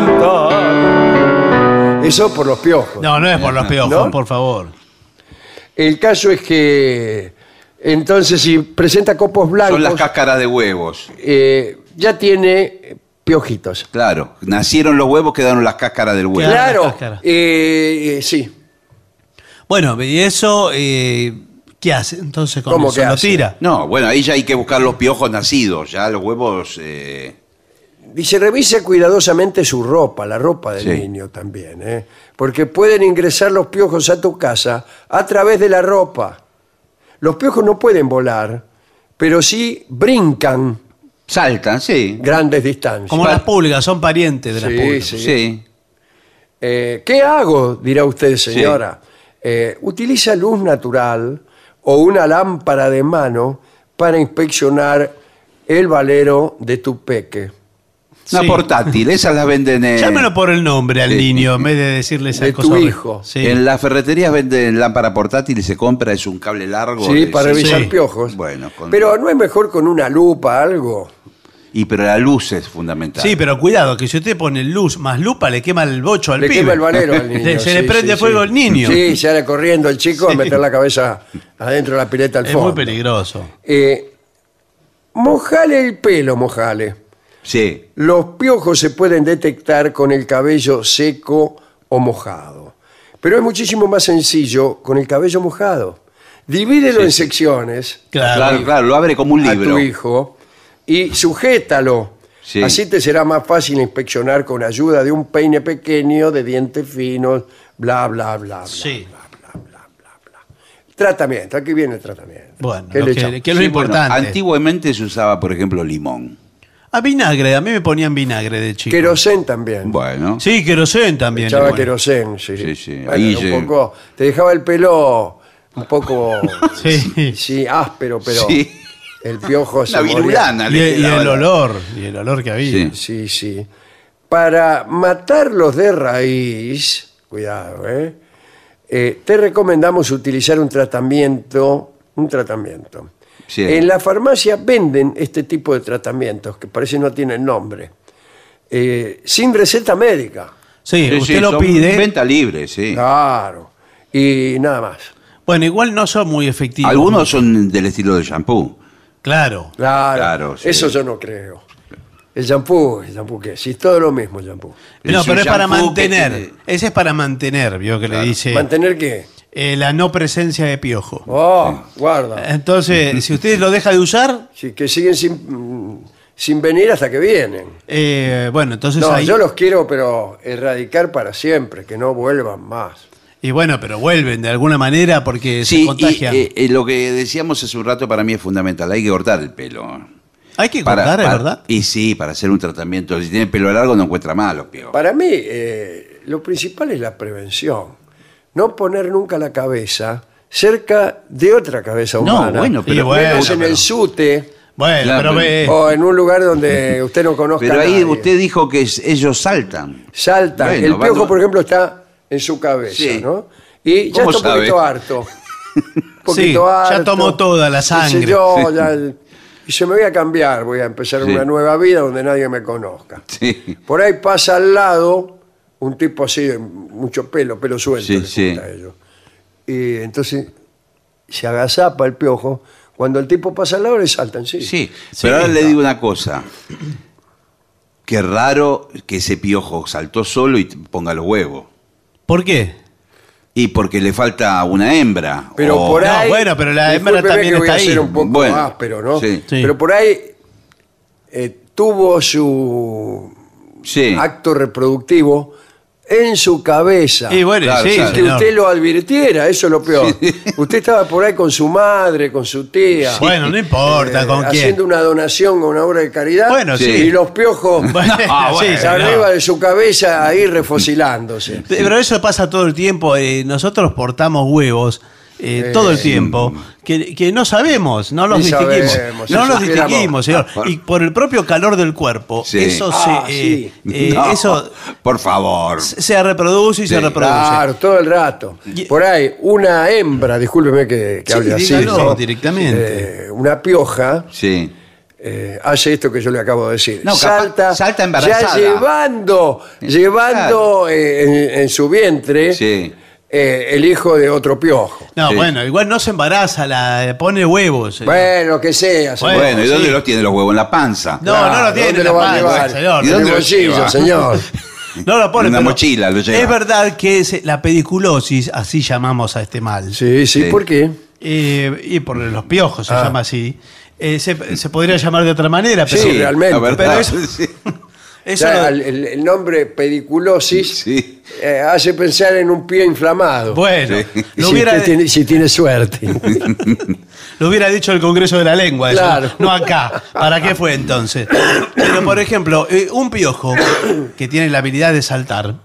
cantando. Eso por los piojos. No, no es por los piojos, ¿No? por favor. El caso es que, entonces, si presenta copos blancos, Son las cáscaras de huevos. eh, ya tiene piojitos. Claro. Nacieron los huevos, quedaron las cáscaras del huevo. Claro. Claro, la cáscara. eh, eh, sí. Bueno, y eso, eh, ¿qué hace entonces con ¿Cómo eso? que ¿Lo hace? tira? No, bueno, ahí ya hay que buscar los piojos nacidos. Ya los huevos. eh, Dice, revisa cuidadosamente su ropa, la ropa del Sí. niño también, ¿eh? Porque pueden ingresar los piojos a tu casa a través de la ropa. los piojos no pueden volar, pero sí brincan Saltan, sí. grandes distancias. Como las pulgas, son parientes de las Sí, pulgas. sí. Sí. Eh, ¿Qué hago? Dirá usted, señora. Eh, utiliza luz natural o una lámpara de mano para inspeccionar el valero de tu peque. Una Sí. portátil, esas las venden en... Llámelo por el nombre al Sí. niño en vez de decirle esa De cosa. tu horrible. hijo. Sí. En las ferreterías venden lámpara portátil y se compra, es un cable largo. Sí, de- para revisar sí. piojos. Bueno, con- Pero no es mejor con una lupa, algo. Y pero la luz es fundamental. Sí, pero cuidado, que si usted pone luz más lupa, le quema el bocho al Le pibe. quema el valero al niño. Se, se le sí, prende sí, fuego sí. al niño. Sí, sale corriendo el chico a meter la cabeza adentro de la pileta al Es fondo. muy peligroso. Eh, mojale el pelo, mojale. Sí. Los piojos se pueden detectar con el cabello seco o mojado. Pero es muchísimo más sencillo con el cabello mojado. Divídelo Sí, en sí. secciones Claro. Claro, claro, lo abre como un a libro. tu hijo y sujétalo. Sí. Así te será más fácil inspeccionar con ayuda de un peine pequeño, de dientes finos, bla, bla, bla, bla. Sí. Tratamiento, aquí viene el tratamiento. Bueno, ¿Qué lo le que, echamos? que es lo Sí, bueno, importante. antiguamente se usaba, por ejemplo, limón. A vinagre, a mí me ponían vinagre de chico. Querosén también. Bueno. Sí, querosén también. Echaba le ponen. querosén, sí. Sí, sí, Bueno, ahí un sí. poco, te dejaba el pelo un poco, Sí. sí, áspero, pero Sí. el piojo se La moría. virulana. Y, le y quedaba el la- olor, y el olor que había. Sí. Sí, sí. Para matarlos de raíz, cuidado, ¿eh? Eh, te recomendamos utilizar un tratamiento, un tratamiento. Sí. En la farmacia venden este tipo de tratamientos que parece no tienen nombre, eh, sin receta médica, Sí, Sí, usted sí, lo son pide. Venta libre, sí. claro, y nada más. Bueno, igual no son muy efectivos. Algunos son del estilo del shampoo. Claro. Claro, Claro, sí. eso yo no creo. El shampoo, el shampoo qué, si es todo lo mismo el shampoo. No, Es pero un es para shampoo que mantener. tiene- Ese es para mantener, vio que le dice ¿Mantener qué? eh, la no presencia de piojo. Oh, guarda. Entonces, si usted lo deja de usar, Sí, que siguen sin, mm, sin venir hasta que vienen. eh, bueno, entonces No, ahí. yo los quiero, pero erradicar para siempre, que no vuelvan más. Y bueno, pero vuelven de alguna manera porque se Sí, y contagian. eh, eh, lo que decíamos hace un rato para mí es fundamental. Hay que cortar el pelo. Hay que Para- cortar, ¿es para- verdad? Y sí, para hacer un tratamiento. Si tiene pelo largo no encuentra mal los piojos. Para mí, eh, lo principal es la prevención. No poner nunca la cabeza cerca de otra cabeza No, humana. bueno, pero- Menos bueno, en pero- el sute Bueno, Claro, pero ve. o en un lugar donde usted no conozca Pero a ahí nadie. usted dijo que es- ellos saltan. Salta. Bueno, el piojo, van- por ejemplo, está en su cabeza, Sí. ¿no? Y ya ¿Cómo está un poquito sabe? harto. Un Sí, ya tomó toda la Dice, sangre. yo ya- y se me voy a cambiar, voy a empezar Sí. una nueva vida donde nadie me conozca. Sí. Por ahí pasa al lado un tipo así de mucho pelo, pelo suelto. Sí, les sí. gusta a ellos. Y entonces se agazapa el piojo. Cuando el tipo pasa al lado le saltan, sí. Sí, Sí, pero ahora le está. digo una cosa. Qué raro que ese piojo saltó solo y ponga los huevos. ¿Por qué? Y porque le falta una hembra. Pero o- por No, ahí. bueno, pero la hembra discúlpeme también que voy está a ahí. ser un poco Bueno, áspero, ¿no? sí. Sí. Pero por ahí eh, tuvo su Sí. acto reproductivo en su cabeza. Y bueno, Claro, sí, claro. que señor. usted lo advirtiera, eso es lo peor. Usted estaba por ahí con su madre, con su tía. Bueno, no importa eh, con quién. haciendo una donación a una obra de caridad. Bueno, sí. Y los piojos Bueno, Ah, sí, bueno. señor. arriba de su cabeza ahí refocilándose. Pero eso pasa todo el tiempo. eh, nosotros portamos huevos eh, Eh, todo el tiempo que, que no sabemos, no los Ni distinguimos. sabemos, si no los supiéramos. distinguimos, señor. Y por el propio calor del cuerpo, Sí. eso, Ah, se, sí. eh, eh, No, eso por favor. se reproduce y se Sí. reproduce. Claro, todo el rato. Y- Por ahí, una hembra, discúlpeme que, que Sí, hable así. dígalo ¿no? directamente. Eh, una pioja Sí. eh, hace esto que yo le acabo de decir. No, capaz- salta, salta embarazada. Ya llevando, llevando eh, en, en su vientre Sí. eh, el hijo de otro piojo. No, Sí. bueno, igual no se embaraza, la pone huevos. señor. Bueno, que sea, señor. Bueno, ¿y dónde sí. los tiene los huevos? En la panza. No, Claro, no lo tiene ¿dónde en la lo va a panza, llevar? señor. ¿Y En dónde el lo bolsillo, lleva? señor. No lo pone. En una pero mochila lo lleva. Es verdad que es la pediculosis, así llamamos a este mal. Sí, sí, Sí. ¿por qué? Eh, y por los piojos se Ah. llama así. Eh, se, se podría llamar de otra manera, pero, Sí, realmente. la verdad. pero eso- Sí. Eso Ya, lo- el, el- el nombre pediculosis Sí. eh, hace pensar en un pie inflamado. Bueno, Sí. Y lo, si, hubiera, usted tiene, si tiene suerte. lo hubiera dicho el Congreso de la Lengua, eso, Claro. no acá. ¿Para qué fue entonces? Pero, por ejemplo, eh, un piojo que tiene la habilidad de saltar,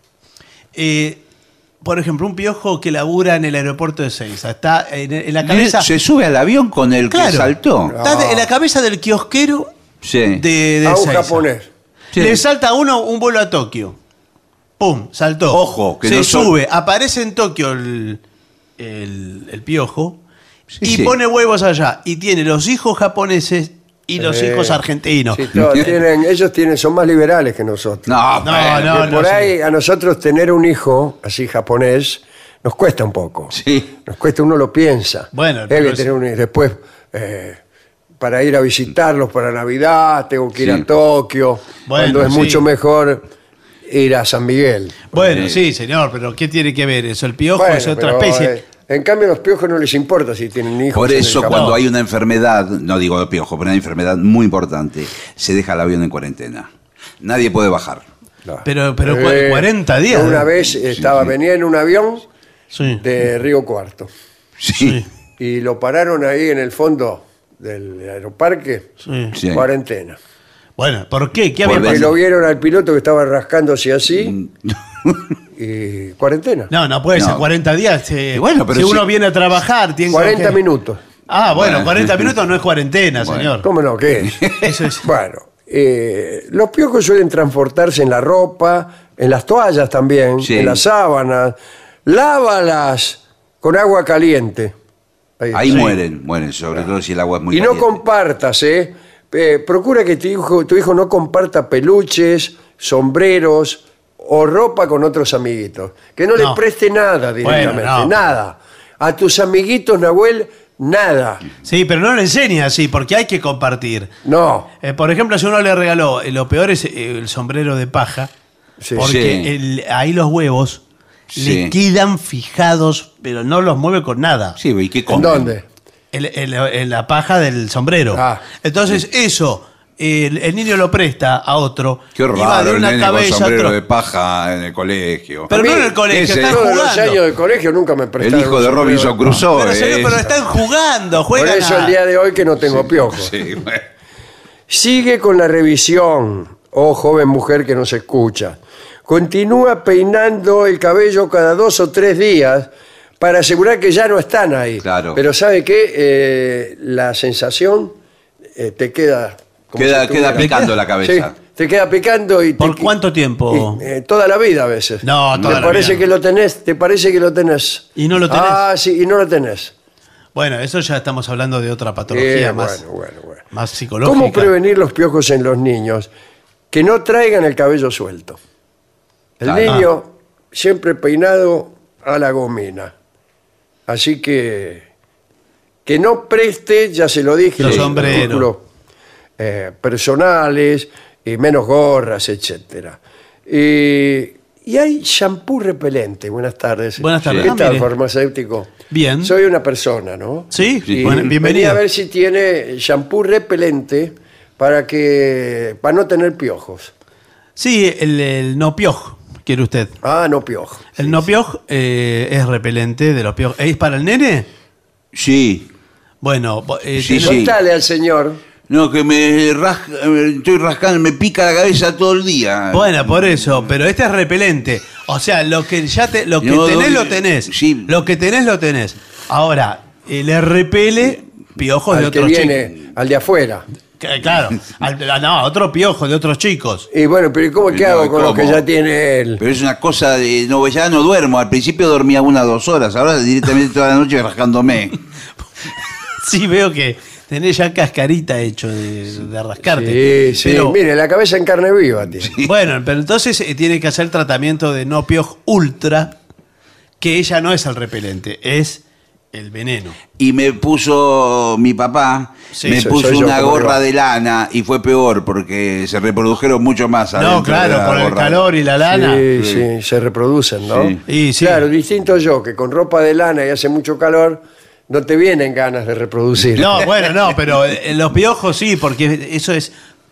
eh, por ejemplo, un piojo que labura en el aeropuerto de Ezeiza, está en, en la cabeza... Se sube al avión con el Claro. que saltó. Está de- en la cabeza del kiosquero Sí. de, de A un Ezeiza. japonés. Sí. Le salta a uno un vuelo a Tokio. ¡Pum! Saltó. Ojo, que se no son- sube, aparece en Tokio el, el, el piojo Sí, y sí. pone huevos allá. Y tiene los hijos japoneses y los Eh, hijos argentinos. Sí, todos tienen, ellos tienen, son más liberales que nosotros. No, No, bueno. no, Que por no, ahí a nosotros tener un hijo así japonés nos cuesta un poco. Sí. Nos cuesta, uno lo piensa. Bueno, Hay pero que es- tener un hijo. Después, eh, para ir a visitarlos para Navidad, tengo que ir Sí. a Tokio. Bueno, cuando es sí. mucho mejor ir a San Miguel. Bueno, sí, señor, pero ¿qué tiene que ver eso? El piojo Bueno, es otra pero, especie. eh, en cambio, a los piojos no les importa si tienen hijos. Por en el eso Japón. cuando hay una enfermedad, no digo de piojo, pero una enfermedad muy importante, se deja el avión en cuarentena. Nadie puede bajar. Claro. Pero, pero cu- Eh, cuarenta días. Una vez estaba, sí. venía en un avión Sí. de Río Cuarto Sí. y lo pararon ahí en el fondo del aeroparque, Sí. Sí. cuarentena. Bueno, ¿por qué? ¿Qué Por había Y ver- lo pasado? vieron al piloto que estaba rascándose así y cuarentena. No, no puede No. ser cuarenta días. eh, Y bueno, pero si sí. uno viene a trabajar, tiene cuarenta que- minutos. Ah, bueno, Bueno. cuarenta minutos no es cuarentena, Bueno. señor. ¿Cómo no? ¿Qué es? Eso es. Bueno, eh, los piojos suelen transportarse en la ropa, en las toallas también, Sí. en las sábanas. Lávalas con agua caliente. Ahí, Ahí Sí. mueren, mueren, sobre todo si el agua es muy Y no caliente. compartas, ¿eh? Eh, Procura que tu hijo, tu hijo no comparta peluches, sombreros o ropa con otros amiguitos. Que no, No. les preste nada directamente, Bueno, no. nada. A tus amiguitos, Nahuel, nada. Sí, pero no le enseña así, porque hay que compartir. No. Eh, por ejemplo, si uno le regaló, eh, lo peor es eh, el sombrero de paja, Sí. porque Sí. el- ahí los huevos Sí. le quedan fijados, pero no los mueve con nada. Sí, ¿y qué ¿En comen? dónde? El- el- en la paja del sombrero. Ah. Entonces, eso, el, el niño lo presta a otro. Qué y va raro, de el una nene con cabeza a sombrero otro. de paja en el colegio. Pero A mí, no en el colegio, ese- están Todos los jugando. años de colegio nunca me prestaron El hijo un de sombrero Robinson paja. Crusoe. Pero, señor, eh. pero están jugando, Por juegan. eso a- el día de hoy que no tengo piojos. Sí, bueno. Sigue con la revisión, oh joven mujer que nos escucha. Continúa peinando el cabello cada dos o tres días para asegurar que ya no están ahí. Claro. Pero ¿sabe qué? Eh, la sensación eh, te queda... como Queda, si queda tuviera- picando la Sí, cabeza. te queda picando y... te- ¿Por cuánto tiempo? y, eh, toda la vida a veces. No, toda ¿Te la parece vida. que lo tenés? ¿Te parece que lo tenés? ¿Y no lo tenés? Ah, sí, y no lo tenés. Bueno, eso ya estamos hablando de otra patología Eh, más, bueno, bueno, bueno. más psicológica. ¿Cómo prevenir los piojos en los niños? Que no traigan el cabello suelto. El Claro. niño siempre peinado a la gomina. Así que que no preste, ya se lo dije, Los los sombreros. artículos, eh, personales, y menos gorras, etcétera. Y, y hay shampoo repelente. Buenas tardes. Buenas tardes. ¿Qué Ah, tal, mire. farmacéutico? Bien. Soy una persona, ¿no? Sí, Sí. bueno, Venía bienvenido. a ver si tiene shampoo repelente para que para no tener piojos. Sí, el, el no pioj, quiere usted. Ah, no piojos. El no pioj eh, es repelente de los piojos. ¿Es para el nene? Sí. Bueno, bo- eh, Sí, ten- sí. Contale al señor. No, que me rasca, me estoy rascando, me pica la cabeza todo el día. Bueno, por eso, pero este es repelente. O sea, lo que ya te, lo que No, tenés no, lo tenés. sí. Lo que tenés lo tenés. Ahora, eh, le repele piojos de Al que otros viene, chicos. al de afuera. Que- Claro, al- no, otro piojo de otros chicos. Y bueno, pero ¿y cómo qué No, hago con lo ¿cómo? que ya tiene él? Pero es una cosa de. No, ya no duermo. Al principio dormía una o dos horas. Ahora directamente toda la noche rascándome. Sí, veo que tenés ya cascarita hecho de, de rascarte. Sí, sí. Pero, Mire, la cabeza en carne viva tiene. bueno, pero entonces eh, tiene que hacer tratamiento de no pioj ultra, que ella no es el repelente, es el veneno. Y me puso mi papá, Sí, me soy- puso soy yo, una ¿cómo le gorra va? de lana y fue peor porque se reprodujeron mucho más No, adentro de claro, la por el gorra. calor y la lana. Sí, sí, se reproducen, ¿no? Sí. Y sí. Claro, distinto yo, que con ropa de lana y hace mucho calor, no te vienen ganas de reproducir. No, bueno, no, pero eh, los piojos sí, porque eso es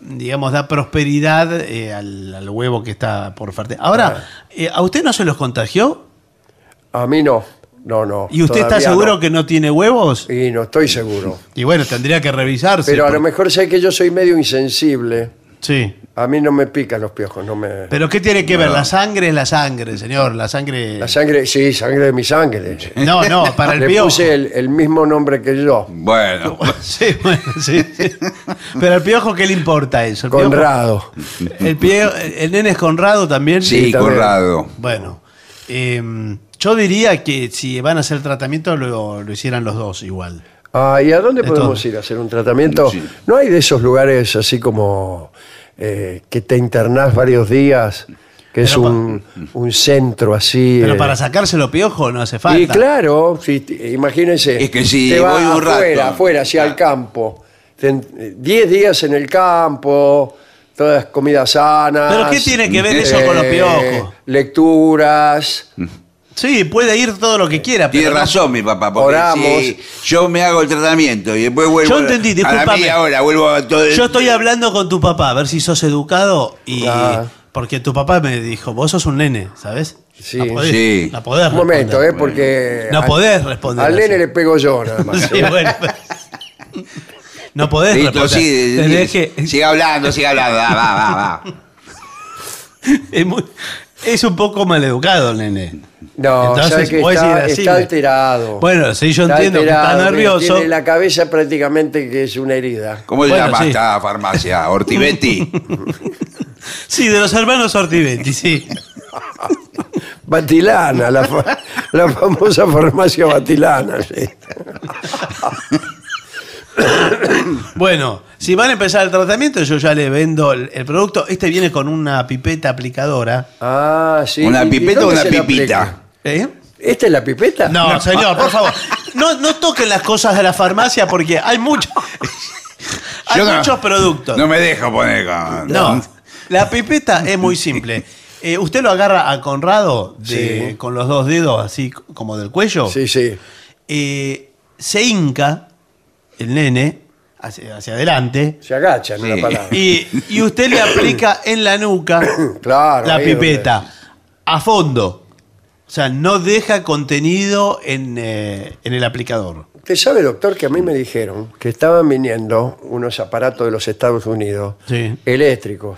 digamos, da prosperidad eh, al, al huevo que está por parte. Ahora, eh, ¿a usted no se los contagió? A mí no, no, no. ¿Y usted está todavía seguro no. que no tiene huevos? Y no estoy seguro. Y bueno, tendría que revisarse. Pero a por- lo mejor sé que yo soy medio insensible. Sí. A mí no me pican los piojos, no me... ¿Pero qué tiene que ver? La sangre es la sangre, señor. La sangre... La sangre, sí, sangre de mi sangre. No, no, para el Le piojo. puse el, el mismo nombre que yo, Bueno, Sí, bueno, sí, sí. Pero al piojo, ¿qué le importa eso? El piojo- Conrado. El, pie- el nene es Conrado también. sí, también. Conrado. Bueno, eh, yo diría que si van a hacer tratamiento lo, lo hicieran los dos igual. Ah, ¿y a dónde De podemos todo. ir a hacer un tratamiento? Sí. ¿No hay de esos lugares así como eh, que te internás varios días, que es Pero pa- un, un centro así? Pero eh, para sacárselo piojo no hace falta. Y claro, si t- imagínense, Es que si te vas voy un rato. afuera, afuera, hacia el campo, ten- diez días en el campo, todas comidas sanas. ¿Pero qué tiene que ver eso con los piojos? Lecturas. Sí, puede ir todo lo que quiera, pero Tiene no- razón mi papá, porque Oramos. si yo me hago el tratamiento y después vuelvo Yo entendí, a la discúlpame. media hora, vuelvo a todo el... Yo estoy hablando con tu papá, a ver si sos educado y... Ah. Porque tu papá me dijo, vos sos un nene, ¿sabes? Sí. No podés, Sí. no podés Un momento, responder. ¿eh? Porque. No al- podés responder Al así. nene le pego yo, nada más. Sí, bueno, pero- no podés Listo, responder. sí, Tenés sí, que- siga hablando, siga hablando, va, va, va, va. es, muy- es un poco maleducado el nene. No, Entonces, sabe que vos está, decís así, está me- alterado. Bueno, sí, yo entiendo que está alterado, nervioso. Tiene la cabeza prácticamente que es una herida. ¿Cómo se Bueno, llama sí. esta farmacia? ¿Ortivetti? Sí, de los hermanos Ortivetti, sí. Batilana, la, fa- la famosa farmacia Batilana. Sí. Bueno, si van a empezar el tratamiento, yo ya le vendo el, el producto. Este viene con una pipeta aplicadora. Ah, sí. ¿Una ¿Y- y pipeta o dónde una se la pipita? aplica? ¿Eh? ¿Esta es la pipeta? No, señor, por favor. No, no toquen las cosas de la farmacia porque hay mucho, hay Yo no- muchos productos. No me dejo poner con... No, la pipeta es muy simple. Eh, usted lo agarra a Conrado de- Sí. con los dos dedos así como del cuello. Sí, sí. Eh, se hinca el nene hacia, hacia adelante Se agacha en Sí. una palabra. y, y usted le aplica en la nuca Claro. la ahí es pipeta a fondo. O sea, no deja contenido en, eh, en el aplicador. donde- Usted sabe, doctor, que a mí me dijeron que estaban viniendo unos aparatos de los Estados Unidos Sí. eléctricos.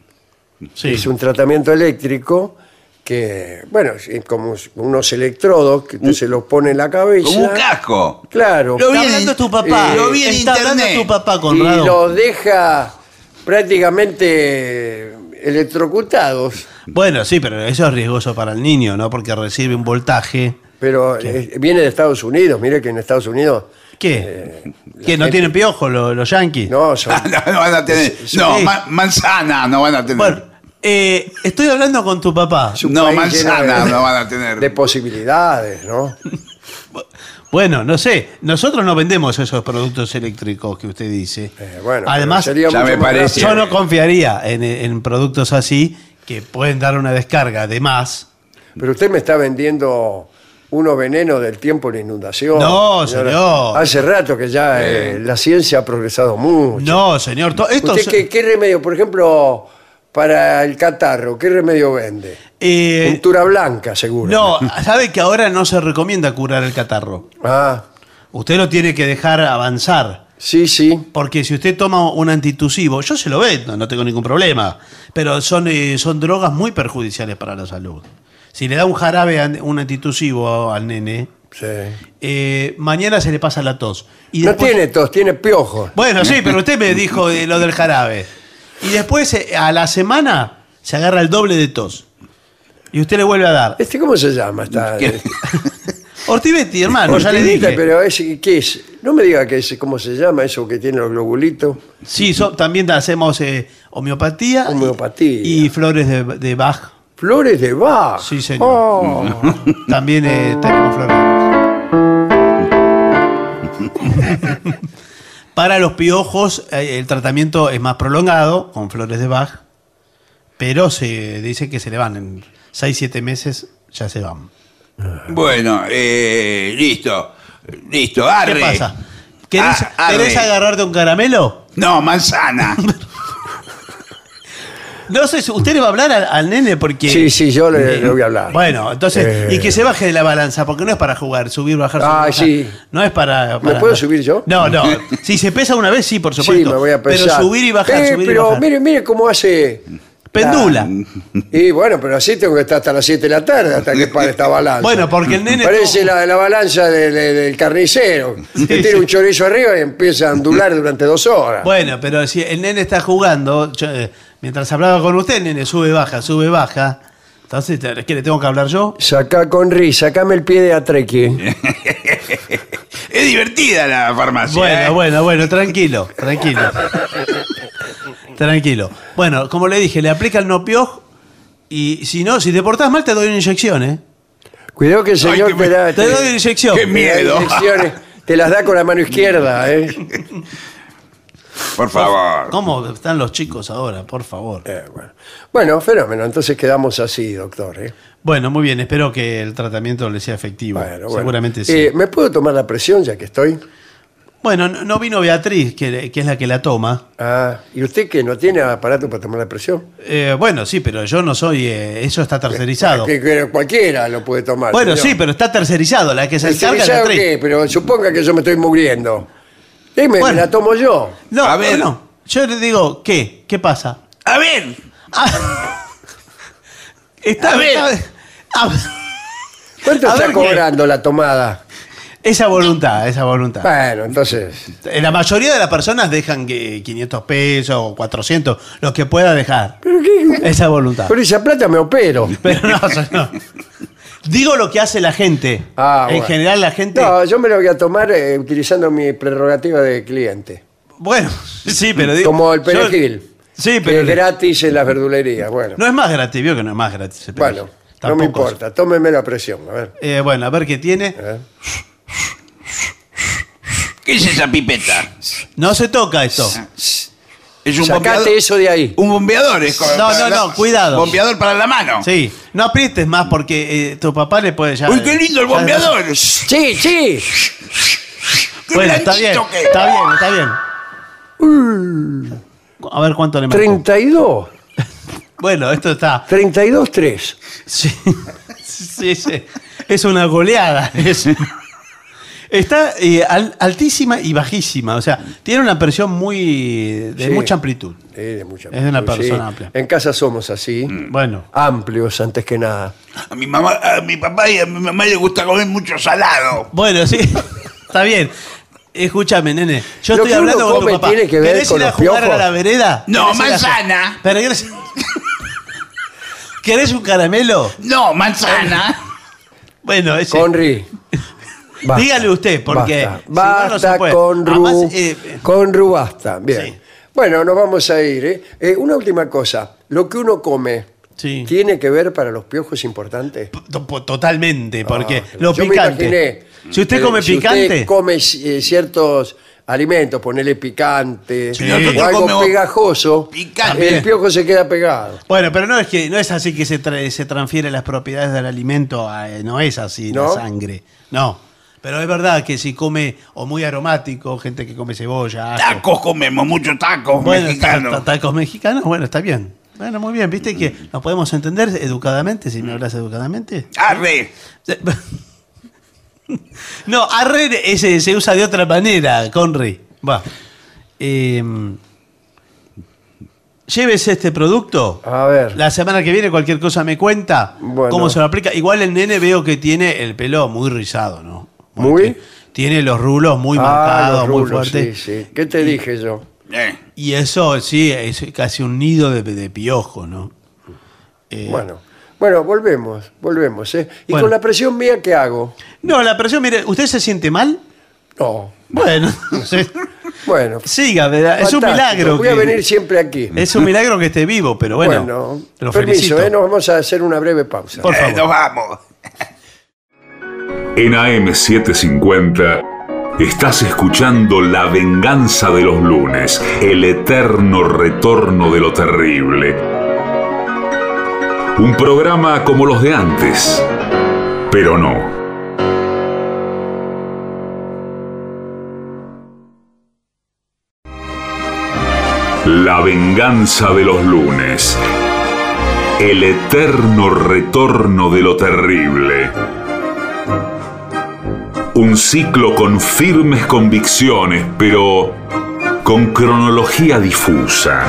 Sí. Es un tratamiento eléctrico que, bueno, es como unos electrodos que usted se los pone en la cabeza. Como un casco. Claro. Lo vi Está en- hablando tu papá. eh, lo vi en Está hablando internet. tu papá, Y Conrado. los deja prácticamente electrocutados. Bueno, sí, pero eso es riesgoso para el niño, ¿no? Porque recibe un voltaje. Pero eh, viene de Estados Unidos. Mire que en Estados Unidos ¿Qué? ¿Que no gente- tienen piojo los, los yanquis? no son. no, no van a tener... Sí. No, ma- manzana no van a tener. Bueno, eh, estoy hablando con tu papá. es un no, país lleno manzana de- no van a tener. de posibilidades, ¿no? Bueno, no sé. Nosotros no vendemos esos productos eléctricos que usted dice. Eh, bueno, Además, pero sería ya mucho me más parece- yo rápido. no confiaría en, en productos así que pueden dar una descarga de más. Pero usted me está vendiendo unos venenos del tiempo de la inundación. No, Señora. señor. Hace rato que ya eh, la ciencia ha progresado mucho. No, señor. to- Esto ¿Usted qué, qué remedio, por ejemplo, para el catarro, qué remedio vende? eh, Puntura blanca, seguro. no, sabe que ahora no se recomienda curar el catarro. Ah, Usted lo tiene que dejar avanzar. sí, sí. Porque si usted toma un antitusivo, yo se lo vendo, no tengo ningún problema. Pero son, eh, son drogas muy perjudiciales para la salud. Si le da un jarabe, a un antitusivo al nene, sí. eh, mañana se le pasa la tos. Y No después- tiene tos, tiene piojos. Bueno, sí, pero usted me dijo eh, lo del jarabe. Y después, eh, a la semana, se agarra el doble de tos. Y usted le vuelve a dar. ¿Este cómo se llama? Está, ¿Qué? Ortivetti, hermano, ya le Ortiguita, dije. pero es, ¿qué es? No me diga que es, cómo se llama eso que tiene los globulitos. Sí, so- también hacemos eh, homeopatía. y- Homeopatía. Y, flores de, de Bach. Flores de Bach. Sí, señor. Oh. También eh, tenemos flores de Bach. Para los piojos, eh, el tratamiento es más prolongado, con flores de Bach, pero se dice que se le van en seis siete meses, ya se van. Bueno, eh, listo. Listo, arre. ¿Qué pasa? ¿Querés, Ah, arre. ¿Querés agarrarte un caramelo? No, manzana. No sé, ¿usted le va a hablar al, al nene? Porque... Sí, sí, yo le, le voy a hablar. Bueno, entonces, Eh. y que se baje de la balanza, porque no es para jugar, subir, bajar, subir, Ah, bajar. sí. No es para, ¿Me para- puedo subir yo? No, no. Si se pesa una vez, sí, por Sí, supuesto. me voy a Pero pesar. subir y bajar, Eh, subir y pero bajar. mire, mire cómo hace... Pendula. Y bueno, pero así tengo que estar hasta las siete de la tarde hasta que pare esta balanza. Bueno, porque el nene... Parece tuvo- la, la balanza de- de- del carnicero. Sí, que tiene sí. un chorizo arriba y empieza a ondular durante dos horas. Bueno, pero si el nene está jugando, yo, eh, mientras hablaba con usted, el nene sube, baja, sube, baja. Entonces, ¿qué le tengo que hablar yo? Sacá con risa, sacame el pie de Atrequi. Es divertida la farmacia. Bueno, ¿eh? bueno, bueno, tranquilo, tranquilo. Tranquilo. Bueno, como le dije, le aplica el no pioj y si no, si te portás mal te doy una inyección, ¿eh? Cuidado que el señor Ay, que te me- da... Te doy una inyección. Qué te da miedo. inyecciones, te las da con la mano izquierda, ¿eh? Por favor. ¿Cómo están los chicos ahora? Por favor. Eh, bueno. Bueno, fenómeno. Entonces quedamos así, doctor. ¿eh? Bueno, muy bien, espero que el tratamiento le sea efectivo. Bueno, bueno. Seguramente sí. Eh, ¿Me puedo tomar la presión ya que estoy? Bueno, no no vino Beatriz, que, que es la que la toma. Ah, ¿y usted que no tiene aparato para tomar la presión? Eh, bueno, sí, pero yo no soy... eh, eso está tercerizado. Que, que cualquiera lo puede tomar. Bueno, señor. sí, pero está tercerizado. La que se encarga es ¿Tercerizado Beatriz. qué? Pero suponga que yo me estoy muriendo. Y me, Bueno. me la tomo yo. No, A ver. no. Yo le digo, ¿qué? ¿Qué pasa? A ver. Está A ver. está- a- ¿Cuánto A está ver qué. cobrando la tomada? esa voluntad, esa voluntad. Bueno, entonces... Eh, La mayoría de las personas dejan que quinientos pesos o cuatrocientos, lo que pueda dejar. ¿Pero qué? Esa voluntad. Por esa plata me opero. Pero no, señor. Digo lo que hace la gente. Ah, en bueno. general la gente... No, yo me lo voy a tomar eh, utilizando mi prerrogativa de cliente. Bueno, sí, pero digo... Como el yo- perejil. Sí, Que pero... es gratis en las verdulerías. Bueno, No es más gratis, vio que no es más gratis el perejil. bueno no me Tampoco es. importa. Tómeme la presión. A ver. Eh, bueno, a ver qué tiene. ¿eh? ¿Qué es esa pipeta? No se toca esto. Es un Sacate bombeador. eso de ahí. Un bombeador. Es como No, para no, la- no, cuidado. Bombeador para la mano. Sí, no aprietes más porque eh, tu papá le puede ya... Uy, qué lindo el ya- bombeador. Sí, sí. Qué Bueno, está bien, blanquito que- está bien, está bien. A ver cuánto le marcó. treinta y dos. Bueno, esto está... treinta y dos, tres. Sí, sí, sí. Es una goleada. Es- Está eh, al- altísima y bajísima. O sea, tiene una presión muy... de Sí. mucha amplitud. Sí, de mucha Es de una amplitud, persona sí. amplia. En casa somos así. Bueno. Amplios antes que nada. A mi mamá, a mi papá y a mi mamá le gusta comer mucho salado. Bueno, sí. Está bien. Escúchame, nene. Yo Lo estoy que uno hablando con tu come papá. tiene que ver ¿Querés con ir a los jugar piojos? a la vereda? No, ¿Querés ir a- manzana. Pero ¿querés... ¿Querés un caramelo? No, manzana. Bueno, ese... Conri. basta, Dígale usted, porque Basta, si no, no basta se puede. con Ru. Además, eh, con Ru, basta. Bien. Sí. Bueno, nos vamos a ir. ¿eh? Eh, una última cosa. Lo que uno come, Sí. ¿tiene que ver para los piojos importante? To- Totalmente, porque Ah, lo yo me picante. imaginé, Si usted eh, come si picante, usted come eh, ciertos alimentos, ponele picante Sí. o Nosotros algo comemos pegajoso, picante. el piojo se queda pegado. bueno, pero no es que no es así que se, tra- se transfiere las propiedades del alimento, a- eh, no es así ¿No? la sangre. No. Pero es verdad que si come o muy aromático, gente que come cebolla, ajo. Tacos comemos, muchos tacos Bueno, mexicanos. ta- ta- tacos mexicanos, bueno, está bien. Bueno, muy bien, ¿viste que nos podemos entender educadamente si me hablas educadamente? Arre. No, arre ese se usa de otra manera, Conry. Va. Eh, llévese este producto. A ver. La semana que viene cualquier cosa me cuenta Bueno. cómo se lo aplica. Igual el nene veo que tiene el pelo muy rizado, ¿no? ¿Muy? Porque Tiene los rulos muy Ah, marcados, los muy rulos, fuertes. sí, sí. ¿Qué te dije yo? Eh. Y eso sí, es casi un nido de, de piojo, ¿no? Eh, Bueno, bueno, volvemos, volvemos. ¿eh? ¿Y Bueno. con la presión mía qué hago? No, la presión, mire, ¿usted se siente mal? No. Bueno, no sé. Bueno, Siga, ¿verdad? Es un fantástico. milagro. Voy a que- venir siempre aquí. Es un milagro que esté vivo, pero bueno. Bueno, lo permiso, felicito. ¿eh? nos vamos a hacer una breve pausa. Por Eh, favor. nos vamos. En A M setecientos cincuenta estás escuchando La venganza de los lunes, el eterno retorno de lo terrible. Un programa como los de antes, pero no. La venganza de los lunes. El eterno retorno de lo terrible. Un ciclo con firmes convicciones, pero con cronología difusa.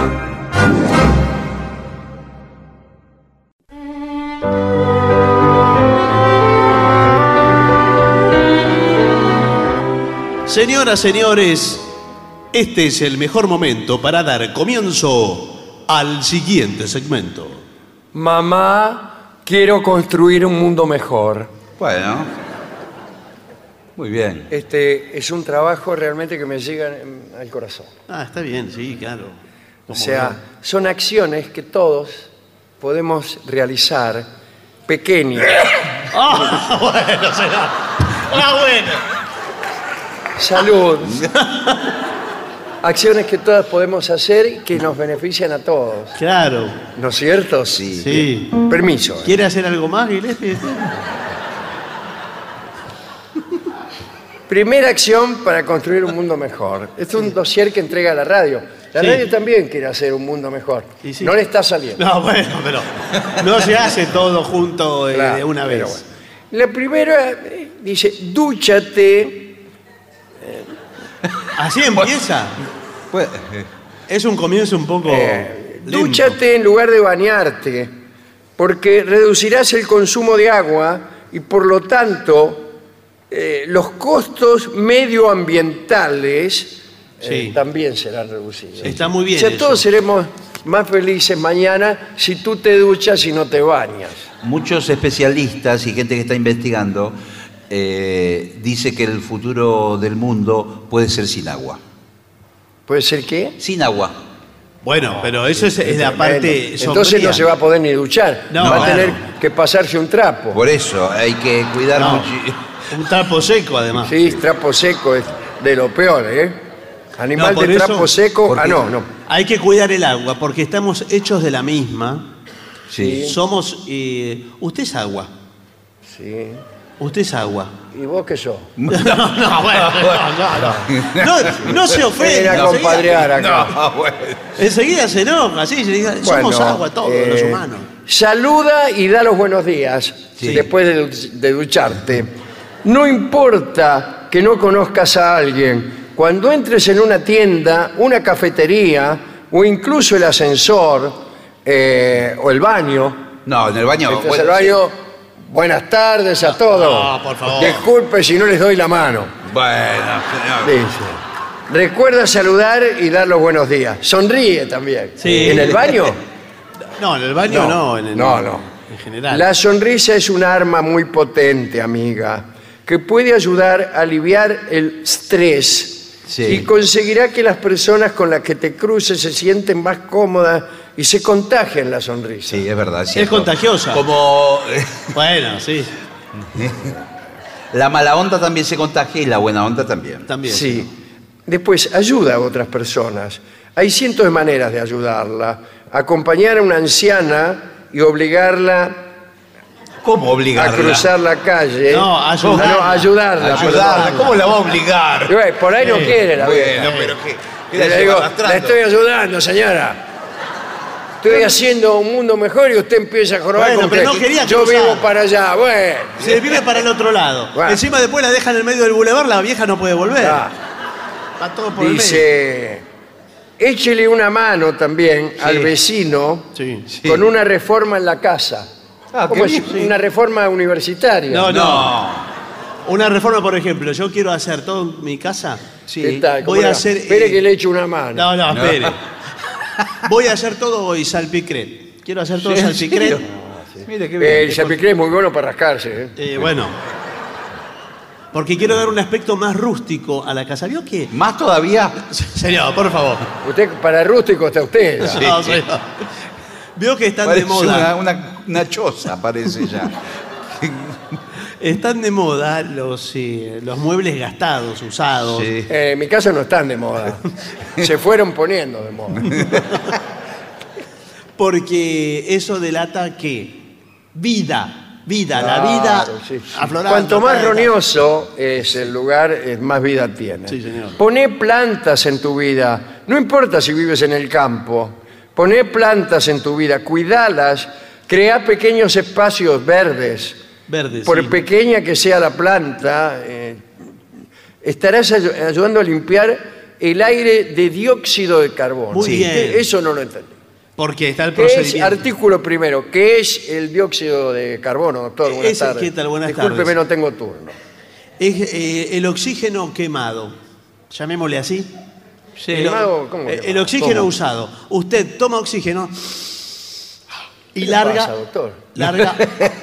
Señoras, señores, este es el mejor momento para dar comienzo al siguiente segmento. Mamá, quiero construir un mundo mejor. Bueno, muy bien. Este es un trabajo realmente que me llega al corazón. Ah, está bien, sí, claro. O sea, son acciones que todos podemos realizar pequeñas. Ah, bueno, señor. Ah, bueno. Salud. Acciones que todas podemos hacer y que nos benefician a todos. Claro. ¿No es cierto? Sí. Sí. Permiso. ¿Quiere hacer algo más, Gillespie? Primera acción para construir un mundo mejor. Este es un dossier que entrega la radio. La Sí. radio también quiere hacer un mundo mejor. Y sí. No le está saliendo. No, bueno, pero no se hace todo junto eh, Claro, de una pero vez. bueno. La primera eh, dice, dúchate. Así empieza. Pues, Es un comienzo un poco Eh, lento. dúchate en lugar de bañarte, porque reducirás el consumo de agua y por lo tanto eh, los costos medioambientales eh, Sí. también serán reducidos. Está muy bien O sea, eso. todos seremos más felices mañana si tú te duchas y no te bañas. muchos especialistas y gente que está investigando eh, dice que el futuro del mundo puede ser sin agua. ¿Puede ser qué? Sin agua. Bueno, pero eso es, es la parte Bueno, entonces sombría. no se va a poder ni duchar. No, va a claro. tener que pasarse un trapo. Por eso hay que cuidar No. mucho. Un trapo seco, además. Sí, trapo seco es de lo peor, ¿eh? Animal No, por de eso- trapo seco. porque- Ah, no, no. Hay que cuidar el agua porque estamos hechos de la misma. Sí. Somos. eh, usted es agua. Sí. Usted es agua. ¿Y vos qué sos? No, no, bueno, no, no, no. No se ofende. Ven a enseguida- compadrear acá. No, bueno. Enseguida se enoja, sí, se diga, somos Bueno, agua todos eh, los humanos. Saluda y da los buenos días Sí. después de, du- de ducharte. No importa que no conozcas a alguien. Cuando entres en una tienda, una cafetería o incluso el ascensor eh, o el baño, No, en el baño. entras bueno, al baño, buenas tardes a todos. no, por favor. Disculpe si no les doy la mano. sí. Bueno, señor. Dice. Recuerda saludar y dar los buenos días. Sonríe también. Sí. ¿En el baño? No, en el baño no, en el, no, no. en general. La sonrisa es un arma muy potente, amiga, que puede ayudar a aliviar el estrés Sí. y conseguirá que las personas con las que te cruces se sienten más cómodas y se contagien la sonrisa. Sí, es verdad. Es cierto. contagiosa. Como Bueno, sí, la mala onda también se contagia y la buena onda también. también. Sí. Después, ayuda a otras personas. Hay cientos de maneras de ayudarla. Acompañar a una anciana y obligarla ¿Cómo a obligarla? cruzar la calle. No, ayudarla. Ah, no, ayudarla. Ayudarla. perdón. ¿Cómo la va a obligar? Y bueno, por ahí no quiere la Bueno, vieja. pero qué. ¿Qué Y la le lleva digo, arrastrando? le estoy ayudando, señora. Estoy haciendo un mundo mejor y usted empieza a jorobar Bueno, con pero que no quería yo cruzar. vivo para allá. Bueno, Se vive para el otro lado. Bueno. Encima después la dejan en el medio del bulevar, la vieja no puede volver. ya. Va todo por el medio. Dice, échele una mano también al vecino Sí. con una reforma en la casa. Ah, ¿Cómo qué es? bien. Una reforma universitaria. No, no, No. Una reforma, por ejemplo, yo quiero hacer todo en mi casa. ¿Qué tal? ¿Cómo Voy le a va? hacer, Espere eh, que le eche una mano. No, no, espere. Voy a hacer todo hoy salpicret. Quiero hacer todo ¿En salpicret. serio? Mire qué Eh, bien. el chapicré es muy bueno para rascarse. ¿eh? Eh, bueno. Porque quiero dar un aspecto más rústico a la casa. ¿Vio qué? Más todavía. Señor, por favor. Usted, para rústico está usted. ya. No, señor. Vio que están Parece de moda. Una, una, una choza, parece ya. Están de moda los, eh, los muebles gastados, usados. Sí. Eh, en mi casa no están de moda. Se fueron poniendo de moda. Porque eso delata que vida. Vida, Claro, la vida sí. aflorando. Cuanto más cada- roñoso es el lugar, eh, más vida tiene. Sí, señor. Poné plantas en tu vida. No importa si vives en el campo. Poné plantas en tu vida, cuidalas, crea pequeños espacios verdes. Verdes, Por sí. pequeña que sea la planta, eh, estarás ay- ayudando a limpiar el aire de dióxido de carbono. Muy Sí. bien. Eso no lo entendí. Porque está el ¿Qué es, procedimiento. artículo primero, qué es el dióxido de carbono, doctor? Buenas Ese- tardes. ¿qué tal? Buenas Discúlpeme, tardes. no tengo turno. Es eh, el oxígeno quemado. Llamémosle así. El, ¿Quemado? ¿Cómo eh, quemado? el oxígeno ¿Cómo? usado. Usted toma oxígeno y ¿Qué le larga. pasa, doctor? Larga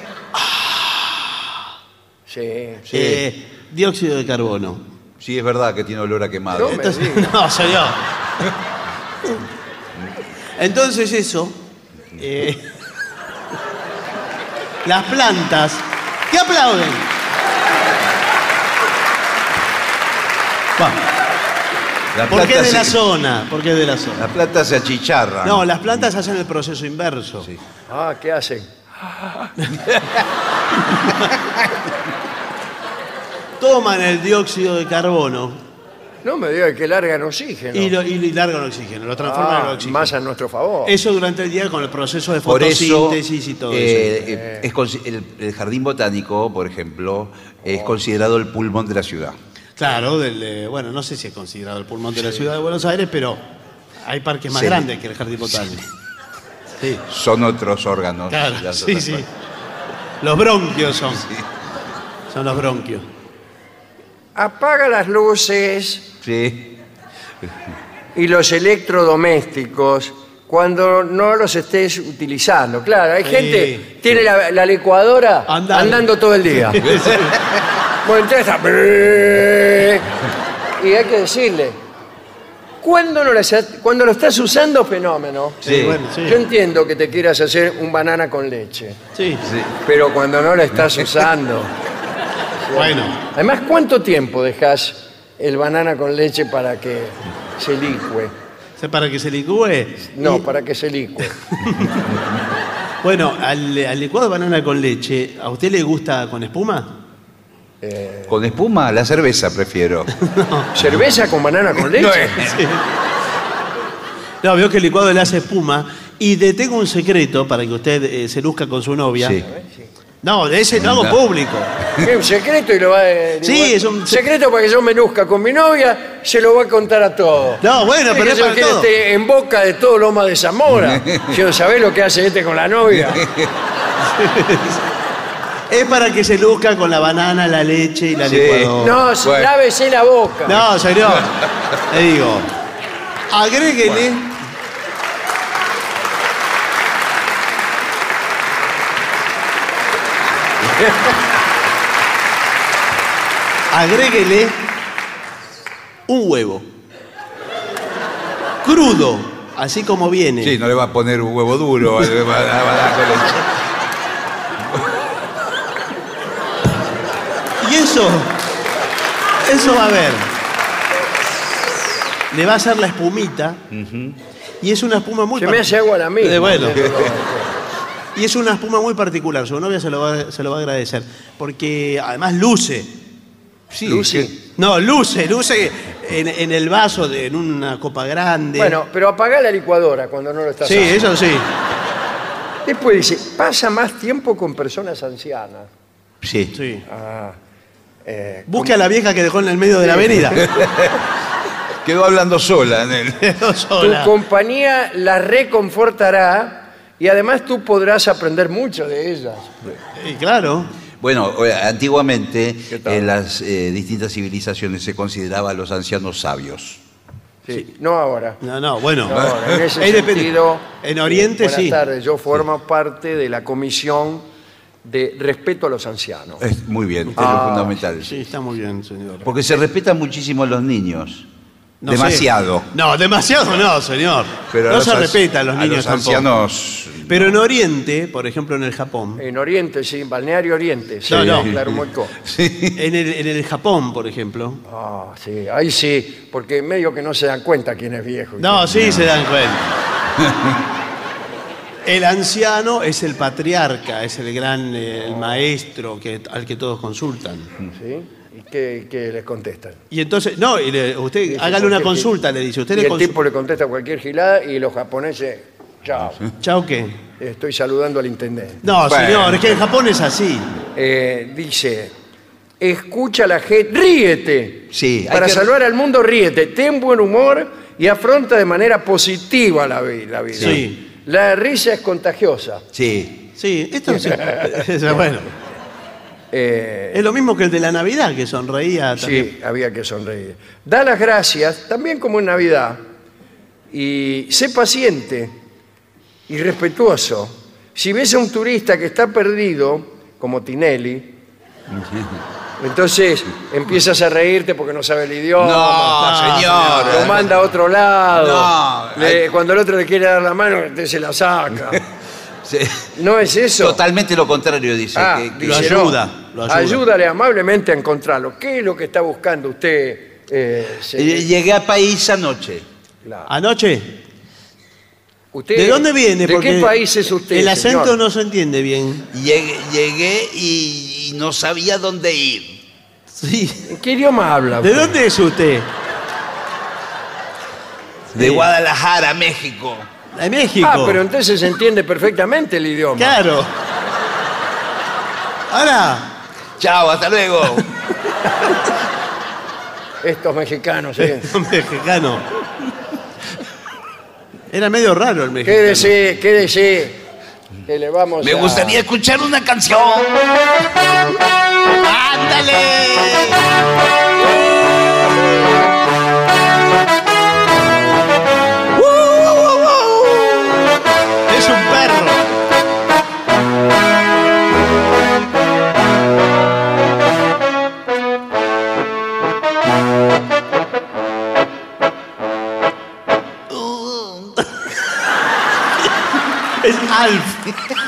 Sí, sí. eh, dióxido de carbono. Sí, es verdad que tiene olor a quemado. No me Entonces, diga. no, soy yo. Entonces eso, eh, las plantas, ¿qué aplauden? Bueno, La ¿por qué planta de la se- zona? ¿Por qué de la zona? La planta se achicharra. No, las plantas hacen el proceso inverso. Sí. Ah, ¿qué hacen? Toman el dióxido de carbono No me diga que largan oxígeno. y, lo, y lo- y largan oxígeno, lo transforman Ah, en oxígeno. más a nuestro favor. Eso durante el día con el proceso de Por eso, fotosíntesis y todo eh, eso. eh, es consi- el, el jardín botánico, por ejemplo, es considerado el pulmón de la ciudad. Claro, del, eh, bueno, no sé si es considerado el pulmón de la ciudad de Buenos Aires, pero hay parques más Sí. grandes que el jardín botánico. Sí, Son otros órganos. claro, las sí, otras sí. cosas. Los bronquios son. Son los bronquios. Apaga las luces Sí. y los electrodomésticos cuando no los estés utilizando. Claro, hay Sí, gente sí. tiene la, la licuadora Andando. andando todo el día. Bueno, entonces está... Y hay que decirle, ¿cuándo, no las- cuando lo estás usando, fenómeno? Sí. bueno, sí. Yo entiendo que te quieras hacer un banana con leche, Sí, pero cuando no lo estás usando... bueno. Además, ¿cuánto tiempo dejas el banana con leche para que se licue? ¿Se- Para que se licúe. No, Y- para que se licue. Bueno, al, al licuado de banana con leche, ¿a usted le gusta con espuma? Con espuma, la cerveza prefiero. ¿Cerveza con banana con leche? No es- No, veo que el licuado le hace espuma. Y le tengo un secreto para que usted eh, se luzca con su novia. Sí. No, de ese no hago No. público. Es un secreto y lo va a... Sí, es un- secreto para que yo me luzca con mi novia, se lo va a contar a todos. No, bueno, pero que es yo para quiero todo. esté en boca de todo Loma de Zamora. Quiero saber lo que hace este con la novia. Es para que se luzca con la banana, la leche y la Sí. licuadora. No, si Bueno. lávese la boca. No, señor. Le digo. Agréguele. Agréguele un huevo. Crudo, así como viene. Sí, no le va a poner un huevo duro. le va a dar- va a dar con leche. Y eso, eso va a ver. Le va a hacer la espumita. Y es una espuma muy Se me par- hace agua la misma. Eh, bueno. Y es una espuma muy particular. Su novia se lo va, se lo va a agradecer. Porque además luce. Sí, Lucy. que- No, luce, luce en, en el vaso, de, en una copa grande. Bueno, pero apaga la licuadora cuando no lo estás sí, haciendo. eso sí. Después dice, pasa más tiempo con personas ancianas. sí. sí. Ah, eh, Busque a la vieja que dejó en el medio de la avenida. Quedó hablando sola en él. Quedó tu sola. compañía la reconfortará y además tú podrás aprender mucho de ellas. Y claro. Bueno, eh, antiguamente ¿Qué tal? en las eh, distintas civilizaciones se consideraba a los ancianos sabios. Sí. No ahora. No, no, bueno. No ahora. En ese Ahí depende. sentido, En Oriente buenas sí. tardes. Yo formo parte de la comisión de respeto a los ancianos. Es muy bien, es Ah, lo fundamental. Sí, está muy bien, señor. Porque se respetan muchísimo a los niños. No Demasiado. sé. No, demasiado no, señor. Pero a no los se anci- respeta a los niños los tampoco. ancianos. Pero en Oriente, por ejemplo en el Japón, En Oriente, sí, Balneario Oriente. Sí, No, no. Claro, Moico. Sí. en el, en el Japón, por ejemplo. Ah, sí, ahí sí, porque medio que no se dan cuenta quién es viejo. y No, quién sí se dan cuenta. El anciano es el patriarca, es el gran, eh, el maestro que, al que todos consultan. ¿Sí? ¿Y qué, qué les contestan? Y entonces, no, y le- usted Dice, hágale una cualquier consulta, gil- le dice. Usted y le el consu- tipo le contesta cualquier gilada y los japoneses, chao, ¿Chao qué? estoy saludando al intendente. No, Bueno. señor, es que en Japón es así. Eh, dice, escucha a la gente, ríete. Sí, hay Para que- salvar al mundo, ríete. Ten buen humor y afronta de manera positiva la, vi- la vida. Sí. La risa es contagiosa. Sí. Sí, esto es, es bueno. Eh, Es lo mismo que el de la Navidad, que sonreía también. sí, había que sonreír. Da las gracias, también como en Navidad, y sé paciente y respetuoso. Si ves a un turista que está perdido, como Tinelli, entonces empiezas a reírte porque no sabe el idioma. No, señor. Lo manda a otro lado. No, Le- hay- cuando el otro le quiere dar la mano, te se la saca. Sí. ¿No es eso? Totalmente lo contrario, dice. Ah, que- que- Lo dice, ayuda, no, lo ayuda. Ayúdale amablemente a encontrarlo. ¿Qué es lo que está buscando usted? eh, señor? Eh, Llegué a país anoche. Claro. Anoche, Usted- ¿de dónde viene? ¿De Porque qué país es usted? el acento señor? no se entiende bien. Llegué, llegué y, y no sabía dónde ir. Sí. ¿En qué idioma habla? ¿De usted? dónde es usted? De Sí. Guadalajara, México. De México. Ah, pero entonces se entiende perfectamente el idioma. Claro. Ahora, Chao, hasta luego. Estos mexicanos, ¿eh? un mexicano. Era medio raro el mexicano. Quédese, quédese. Que le vamos Me a... gustaría escuchar una canción. Es un perro. Es Alf.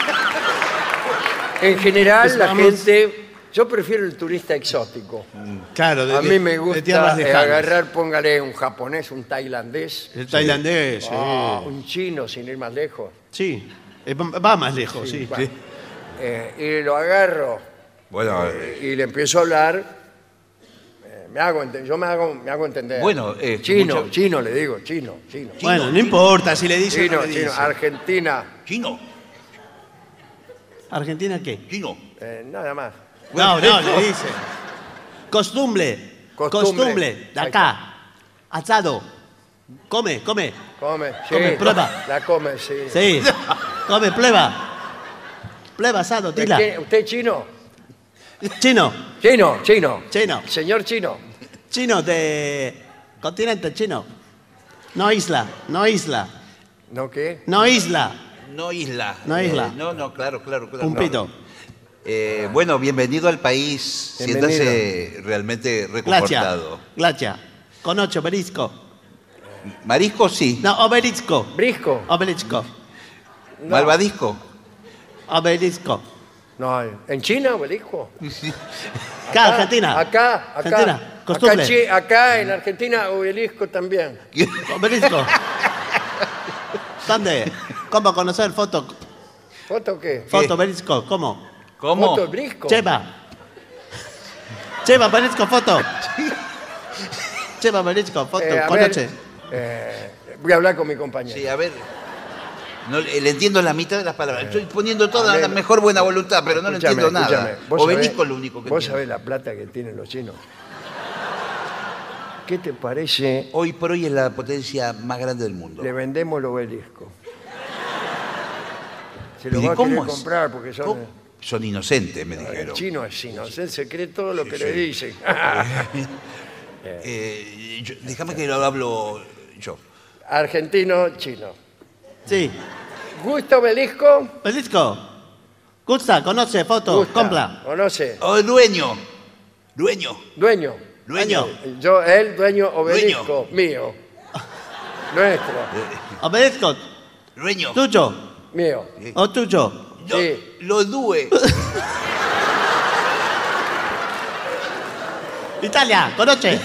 En general, Pues la vamos- gente... Yo prefiero el turista exótico. Claro, de, A mí me de gusta tierras eh, lejanas. agarrar, póngale un japonés, un tailandés, El tailandés, sí. ah, un chino, sin ir más lejos. Sí. Eh, va va más lejos, sí. va. Eh, y lo agarro Bueno, y le empiezo a hablar. eh, me hago ente- yo me hago, me hago entender. Bueno, eh, chino, mucho- chino le digo, chino, chino. Bueno, no importa si le dice o Chino, no le chino, dice. Argentina, chino, ¿Argentina qué? chino. eh, nada más. No, no, le dice. Costumbre. Costumbre. Costumbre. De Ahí acá. Asado. Come, come. Come, sí. Come, prueba. La come, sí. Sí. Come, prueba. Prueba asado, ¿De tila. qué? ¿Usted es chino? Chino. Chino, chino. Chino. Señor chino. Chino de continente chino. No isla, no isla, ¿No qué? no isla. No isla. No isla. Eh, no, no, claro, claro. claro. Un pito. Eh, bueno, bienvenido al país. Bienvenido. Siéntase realmente Glacia. reconfortado. Glacia. Con ocho, obelisco. Marisco, sí. No, obelisco. Brisco. Obelisco. No. Malvadisco. Obelisco. No, ¿en China, obelisco? Acá, Argentina. Acá, acá. Argentina. Acá, Costumbre. chi- acá en Argentina, obelisco también. Obelisco. ¿Dónde? ¿Cómo conocer foto? ¿Foto qué? Foto, obelisco. ¿Cómo? ¿Cómo? ¿Foto brisco? Lleva. Lleva, obelisco, foto. Lleva, obelisco, foto. Eh, a Conoce. ver, eh, voy a hablar con mi compañero. Sí, a ver. No, le le entiendo la mitad de las palabras. Estoy poniendo toda a ver. la mejor buena voluntad, pero no le Escúchame, entiendo nada. escúchame. ¿Vos Obelisco sabés- es lo único que ¿Vos entiendo. sabés la plata que tienen los chinos? ¿Qué te parece? Hoy por hoy es la potencia más grande del mundo. Le vendemos el obelisco. Se lo ¿Y va a cómo querer es? comprar porque son... ¿Cómo? Son inocentes, me El dijeron. chino es inocente, se cree todo lo que Sí, le sí. dicen. Eh, yo- déjame que lo hablo yo. Argentino, chino. Sí. ¿Gusta obelisco? Obelisco. Gusta, conoce, foto, Gusta. compra. ¿Conoce? Oh, dueño. Dueño. Dueño. Dueño. Yo, él, dueño obelisco, mío. Nuestro, Obelisco, Dueño. tuyo mío. o tuyo. Yo Sí. lo due. Italia, conoce.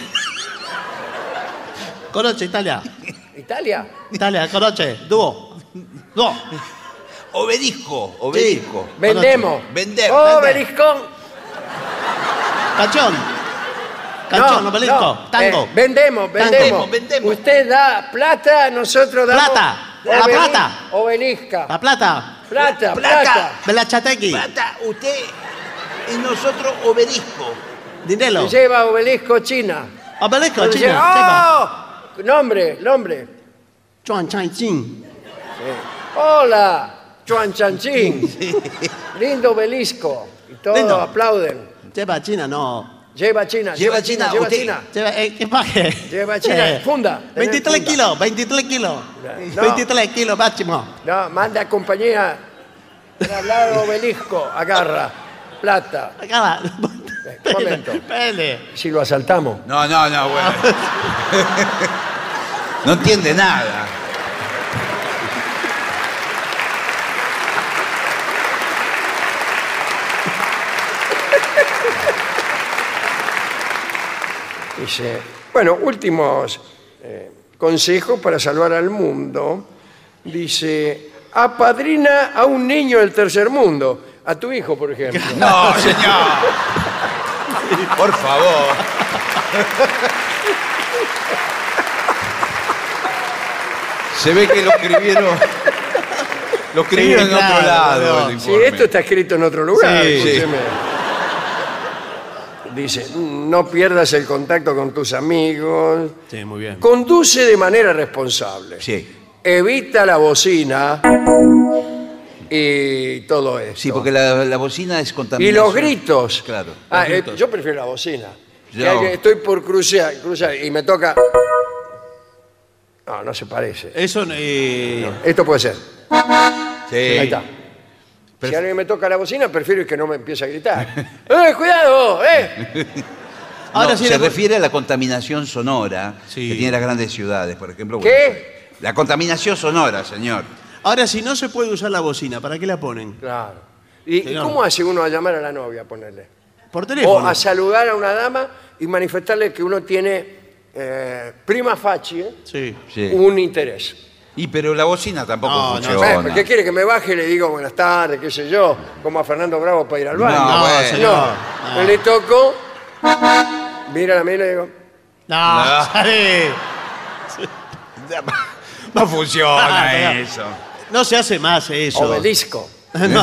Conoce Italia. ¿Italia? Italia, conoce. Dúo. Dúo. Obelisco, obelisco. Sí, vendemos. Vendemos. Obelisco. Cachón. Cachón, No, obelisco. no, Tango. eh, vendemos, vendemos. Vendemos, vendemos. Usted da plata, nosotros damos... Plata, la obeli- plata. Obelisca. La plata. Plata, Plata. plata. Belachatequi. Plata, usted y nosotros obelisco. Dinero. Se lleva obelisco China. Obelisco, Se chino. lleva- Sepa. ¡Oh! Nombre, nombre. Chuan Chan Chin. Hola, Chuan Chanchín. Lindo obelisco. Y todos Lindo. aplauden. Lleva China, no. Lleva China, Lleva lleva China, China, lleva usted- China. Lleva, eh, ¿qué paje? Lleva China, funda, tenés veintitrés funda. kilos, veintitrés kilos. No. veintitrés kilos máximo. No, manda compañía. Al lado obelisco, agarra. Plata. Acá va. Un momento. Pele. Si lo asaltamos. No, no, no, bueno. No entiende nada. Dice, bueno, últimos eh, consejos para salvar al mundo. Dice, apadrina a un niño del tercer mundo. A tu hijo, por ejemplo. No, señor. Por favor. Se ve que lo escribieron. Lo escribieron Sí, en otro claro, lado. no. el Sí, informe. esto está escrito en otro lugar. Sí, sí. escúcheme. Dice, no pierdas el contacto con tus amigos. Sí, muy bien. Conduce de manera responsable. Sí. Evita la bocina y todo eso. Sí, porque la, la bocina es Y contaminación. los gritos. Claro. Ah, los eh, gritos. yo prefiero la bocina. Yo- Que hay que- estoy por cruzar, cruzar y me toca... No, no se parece. Eso, eh, Esto puede ser. Sí. Ahí está. Si alguien me toca la bocina, prefiero que no me empiece a gritar. ¡Eh, cuidado! ¡Eh! Ahora No, sí se le- refiere a la contaminación sonora Sí. que tienen las grandes ciudades, por ejemplo. ¿Qué? Buenos Aires. La contaminación sonora, señor. ahora, si no se puede usar la bocina, ¿para qué la ponen? Claro. ¿Y, y Señor. cómo hace uno a llamar a la novia, ponerle? Por O teléfono. a saludar a una dama y manifestarle que uno tiene eh, prima facie Sí. Sí. un interés. Y pero la bocina tampoco No, no, funciona. Eh, ¿Qué quiere? Que me baje y le digo buenas tardes, qué sé yo, como a Fernando Bravo para ir al baño. No, No, bueno. señor. No, No. le toco, mira la mía y le digo, No, No. sale. No funciona Ah, eso. No se hace más eso. obelisco. No,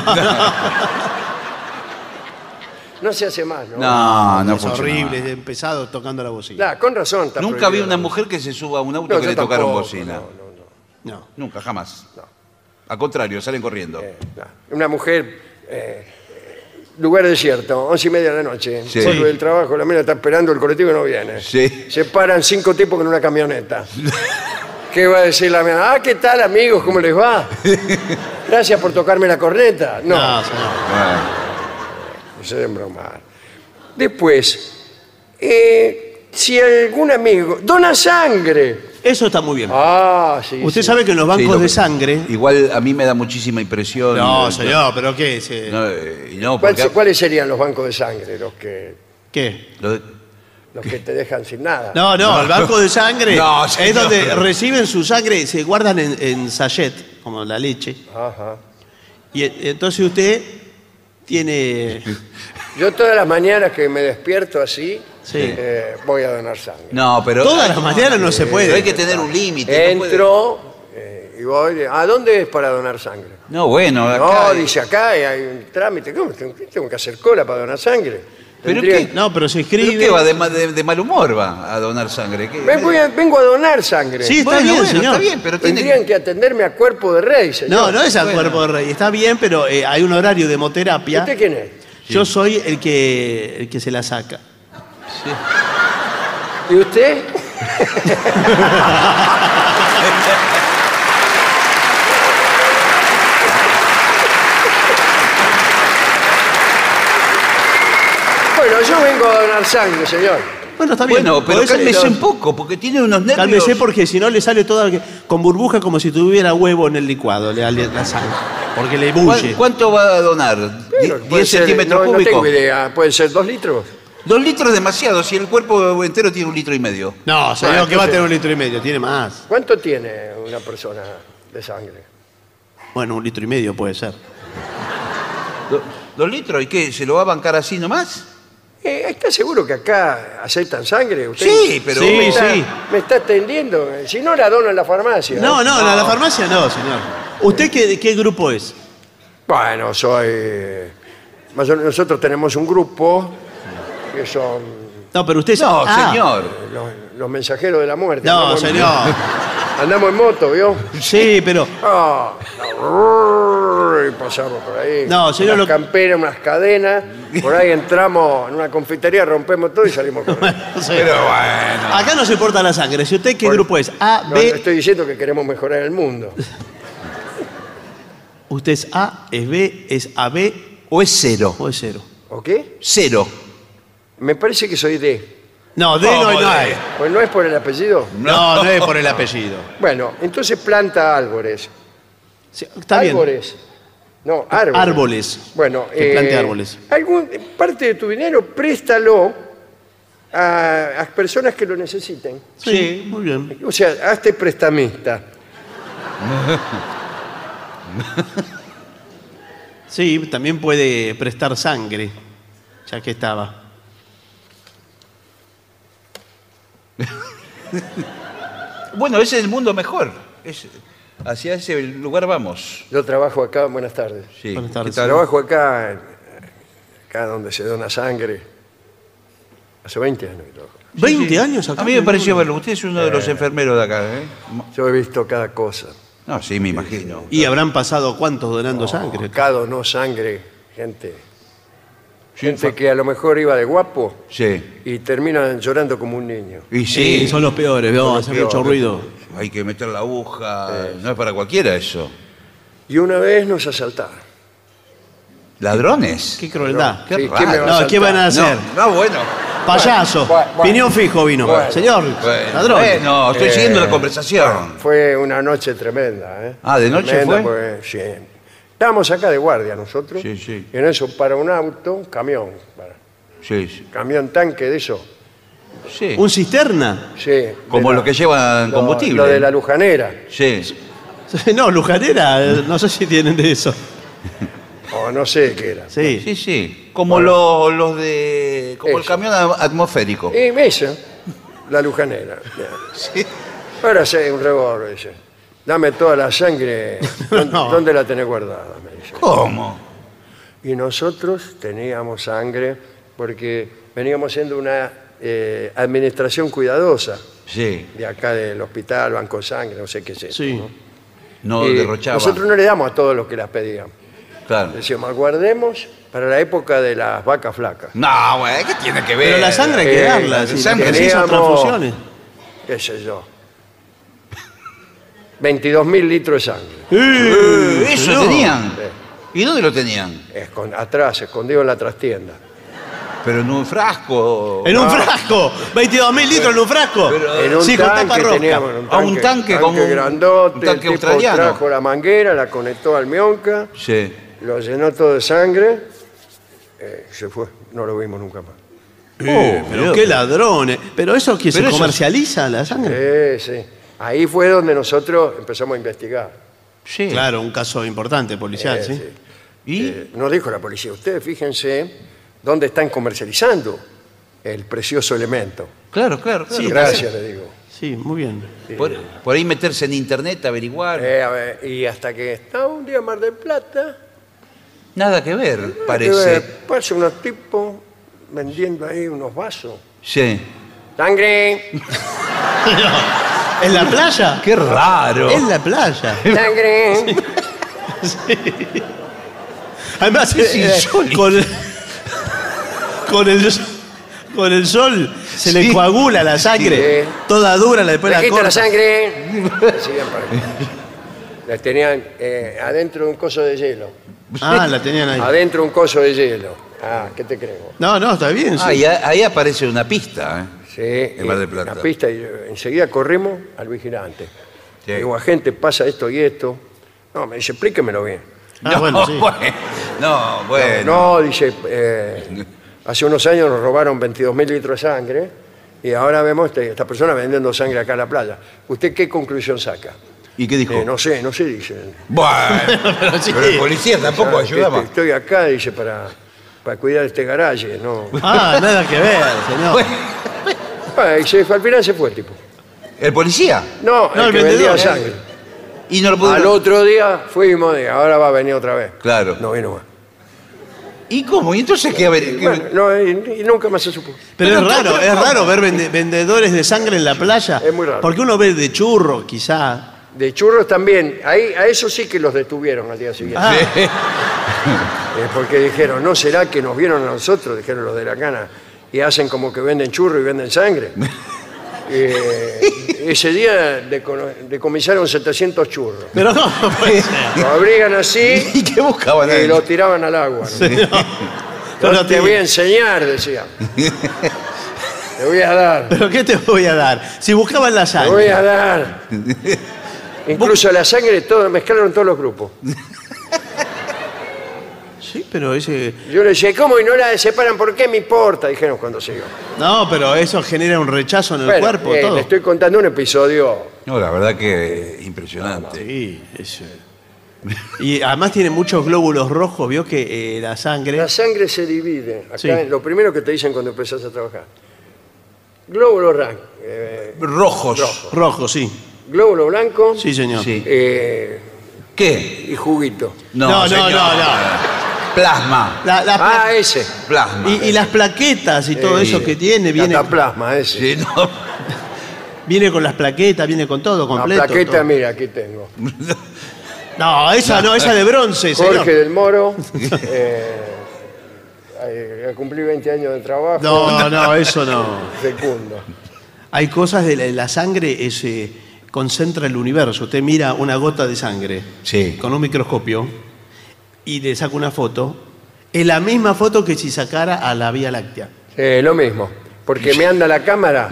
No se hace más, ¿no? No, no es funciona. horrible, es pesado tocando la bocina. Claro, con razón. está Nunca vi prohibido. una mujer que se suba a un auto No, que yo le tocaron tampoco, bocina. no, no, no. No. Nunca, jamás. Al contrario, salen corriendo. Eh, no. Una mujer, eh, lugar desierto, once y media de la noche, Sí. vuelve del trabajo, la mina está esperando, el colectivo no viene. Sí. Se paran cinco tipos con una camioneta. ¿Qué va a decir la mina? Ah, ¿qué tal, amigos? ¿Cómo les va? Gracias por tocarme la corneta. No, No, señor. Bueno. no se den bromar. Después, eh, si algún amigo dona sangre. Eso está muy bien. Ah, sí. Usted sí. sabe que en los Sí, bancos lo de que- sangre. Igual a mí me da muchísima impresión. No, eh, señor, pero ¿qué? Se- No, eh, y no, ¿Cuál- porque- ¿Cuáles serían los bancos de sangre? Los que, ¿Qué? lo de- los que te dejan sin nada. No, no, el banco de sangre No, es señor. donde reciben su sangre, se guardan en, en sachet, como la leche. Ajá. Y e- entonces usted tiene. Yo todas las mañanas que me despierto así, Sí. eh, voy a donar sangre. No, pero. Todas las mañanas no se Pero puede. hay que tener un límite. no puede- Entro eh, y voy. ¿A dónde es para donar sangre? No, bueno, acá. No, dice acá y hay un trámite. ¿Cómo? Tengo tengo que hacer cola para donar sangre. ¿Pero Tendría- qué? No, pero se ¿Pero escribe. qué va? De, ma- de- de mal humor va a donar sangre. ¿Qué? Vengo, a- vengo a donar sangre. Sí, está Bueno, bien, bueno, señor. está bien, pero tiene Tendrían que. que atenderme a cuerpo de rey, señor. No, no es al Bueno. cuerpo de rey. Está bien, pero eh, hay un horario de hemoterapia. ¿Usted quién es? Yo soy el que, el que se la saca. ¿Y usted? Bueno, yo vengo a donar sangre, señor. Bueno, está bien. Bueno, pero Podés- cálmese lo- un poco, porque tiene unos nervios. Cálmese porque si no le sale toda con burbuja como si tuviera huevo en el licuado, le da la sangre. Porque le ¿Cuán- bulle. ¿Cuánto va a donar? Bueno, Die- puede ¿diez ser- centímetros no, no cúbicos? tengo idea. ¿Puede ser dos litros? Dos litros es demasiado, si el cuerpo entero tiene un litro y medio. No, señor, Bueno, que va a entonces- tener un litro y medio, tiene más. ¿Cuánto tiene una persona de sangre? Bueno, un litro y medio puede ser. Do- ¿Dos litros? ¿Y qué? ¿Se lo va a bancar así nomás? Eh, ¿Está seguro que acá aceptan sangre? ¿Usted Sí, pero... Sí, me está, sí. me está atendiendo. Si no, la dono en la farmacia. No, no, en la farmacia no, señor. ¿Usted qué, de qué grupo es? Bueno, soy... más o menos nosotros tenemos un grupo que son No, pero usted es... No, Ah, señor. los, los mensajeros de la muerte. No, Andamos en- señor. Andamos en moto, ¿vio? Sí, pero... Ah, y pasamos por ahí. No, señor, Unas lo- camperas, unas cadenas. Por ahí entramos en una confitería, rompemos todo y salimos corriendo. No sé. Pero bueno. Acá no se importa la sangre. Si usted qué Bueno, grupo es, A, No, B... no estoy diciendo que queremos mejorar el mundo. Usted es A, es B, es A B ¿O es cero? o es cero. ¿O qué? Cero. Me parece que soy D. No, D no, ¿Cómo no D? hay. Pues no es por el apellido. No, no es por el apellido. Bueno, entonces planta árboles. Sí, está bien. Árboles. No, árboles. Árboles. Bueno, Que plante eh, árboles. Algún, parte de tu dinero préstalo a, a personas que lo necesiten. Sí, muy bien. O sea, hazte prestamista. Sí, también puede prestar sangre, ya que estaba. Bueno, ese es el mundo mejor. Es- hacia ese lugar vamos. Yo trabajo acá, buenas tardes. Sí. Buenas tardes. ¿Qué tal? Trabajo acá, en- acá donde se dona sangre. Hace veinte años que trabajo. ¿veinte años acá? A mí me pareció verlo. Usted es uno de los enfermeros de acá, ¿eh? Yo he visto cada cosa. No, sí, me imagino. Y habrán pasado cuántos donando sangre. Acá donó sangre, gente. Sí, Gente fa- que a lo mejor iba de guapo Sí. y terminan llorando como un niño. Y Sí, sí, son los peores, veo, los hace peores. mucho ruido. hay que meter la aguja. No es para cualquiera eso. Y una vez nos asaltaron. ¿Ladrones? Qué crueldad. Qué Sí, raro. ¿quién me va a No, ¿qué van a hacer? No, no, bueno. Payaso. Bueno, bueno. Piñón fijo vino. Bueno. Señor, Bueno, ladrón. bueno, estoy Eh, siguiendo la conversación. Fue una noche tremenda. ¿eh? Ah, ¿de noche Tremenda fue? porque, sí. Estábamos acá de guardia nosotros. Sí, sí. Y en eso para un auto, un camión. para- Sí, sí. Camión tanque de eso. Sí. ¿Un cisterna? Sí, de Como la- lo que llevan lo- combustible. Lo de la lujanera. Sí. No, lujanera, eh, no sé si tienen de eso. O no sé qué era. Sí. Sí, sí. Como los, los de. Como el Eso. camión a- atmosférico. Y me hizo la lujanera. Sí. Ahora sí, un revólver, dice. Dame toda la sangre. ¿Dónde, No. dónde la tenés guardada? Me dice. ¿Cómo? Y nosotros teníamos sangre porque veníamos siendo una eh, administración cuidadosa Sí. de acá del hospital, Banco Sangre, no sé qué es eso. Sí. ¿no? No Y derrochaba. nosotros no le damos a todos los que las pedían. Claro. Decíamos, guardemos para la época de las vacas flacas. No, güey, ¿qué tiene que ver? Pero la sangre hay que Eh, darla. la Si sangre precisa teníamos- transfusiones. ¿Qué sé yo? veintidós mil litros de sangre. Eh, eso no. tenían. Sí. ¿Y dónde lo tenían? Escon- atrás, escondido en la trastienda. Pero en un frasco. ¡En un frasco! veintidós mil litros en un frasco. En un sí, con tapa tanque roja. teníamos un Ah, un tanque como un- grandote, un tanque el tipo australiano. trajo la manguera, la conectó al mionca, Sí. lo llenó todo de sangre, eh, se fue, no lo vimos nunca más. Eh, pero Dios. qué ladrones. Pero eso que se Pero eso- Eh, comercializa la sangre. Sí, sí. Ahí fue donde nosotros empezamos a investigar. Sí. Claro, un caso importante policial, Eh, ¿sí? sí. ¿Y? Eh, nos dijo la policía, ustedes fíjense dónde están comercializando el precioso elemento. Claro, claro, claro. Sí, Gracias, le digo. Sí, muy bien. Por, por ahí meterse en internet, averiguar. Eh, a ver, y hasta que estaba un día en Mar del Plata, Nada que ver, eh, parece. pasa unos tipos vendiendo ahí unos vasos. Sí. ¡Sangre! ¿En la playa? Qué raro. En la playa. ¡Sangre! Además, Es eh, insólito. con, con, el, con el sol se le Sí. coagula la sangre. Sí. Toda dura, la después ¡Me la quita corta. la sangre! Decían para acá. La tenían eh, adentro de un coso de hielo. Ah, la tenían ahí. Adentro de un coso de hielo. Ah, ¿qué te creo? No, no, está bien. sí. Ah, y a- ahí aparece una pista, ¿eh? Sí, En Mar del eh, Plata. la pista y eh, enseguida corrimos al vigilante. Sí. Digo, agente, pasa esto y esto. No, me dice, explíquemelo bien. Ah, no, bueno, sí. no, bueno. No, dice, eh, hace unos años nos robaron veintidós mil litros de sangre y ahora vemos este- esta persona vendiendo sangre acá en la playa. ¿Usted qué conclusión saca? ¿Y qué dijo? Eh, no sé, no sé, dice. Bueno, pero, sí. pero el policía tampoco O sea, ayudaba. que- que Estoy acá, dice, para, para cuidar este garaje, ¿no? Ah, nada que ver, señor. Ah, y se, al final se fue el tipo. ¿El policía? No, No, el el que vendía vendedor, sangre. Y no lo pudo... Al otro día fuimos, y ahora va a venir otra vez. Claro. No vino más. ¿Y cómo? ¿Y entonces qué? A ver, Y ¿qué- bueno, no, y, y nunca más se supo. Pero es raro, es raro ver vende- vendedores de sangre en la playa. Es muy raro. Porque uno ve de churro, quizá. De churros también. Ahí, a eso sí que los detuvieron al día siguiente. Ah, Eh, porque dijeron, ¿no será que nos vieron a nosotros? Dijeron los de la cana. Y hacen como que venden churro y venden sangre. Eh, ese día decono- decomisaron setecientos churros. pero no, no puede ser. Lo abrigan así ¿Y qué buscaban y ahí? lo tiraban al agua. ¿no? Pero No te te- voy a enseñar, decía. Te voy a dar. ¿Pero qué te voy a dar? Si buscaban la Te voy sangre. a dar. Incluso la sangre, todo, mezclaron todos los grupos. Sí, pero ese. Yo le decía, ¿cómo? Y no la separan, ¿por qué me importa? Dijeron cuando se iba. No, pero eso genera un rechazo en el Bueno, cuerpo, eh, todo. le estoy contando un episodio. No, la verdad que impresionante. Sí, eso. Y además tiene muchos glóbulos rojos, vio que eh, la sangre. La sangre se divide. Acá Sí. lo primero que te dicen cuando empezás a trabajar. Glóbulo blanco. eh, Rojos. rojo. Rojo, sí. Glóbulo blanco. Sí, señor. Sí. eh, ¿Qué? y juguito. No, no, señor. no, no. Plasma. La- la pla- Ah, ese. Plasma. y, y las plaquetas y todo Eh, eso que tiene, viene, Cataplasma, ese. Sí, no. viene con las plaquetas, viene con todo, La completo. plaqueta, todo. mira, aquí tengo. No, esa no, esa de bronce, señor. Jorge del Moro. eh, eh, cumplí veinte años de trabajo. No, no, eso no. Fecundo. Hay cosas de la, la sangre, es, eh, concentra el universo. Usted mira una gota de sangre Sí. con un microscopio y le saca una foto. Es la misma foto que si sacara a la Vía Láctea. Eh, lo mismo. Porque me anda la cámara.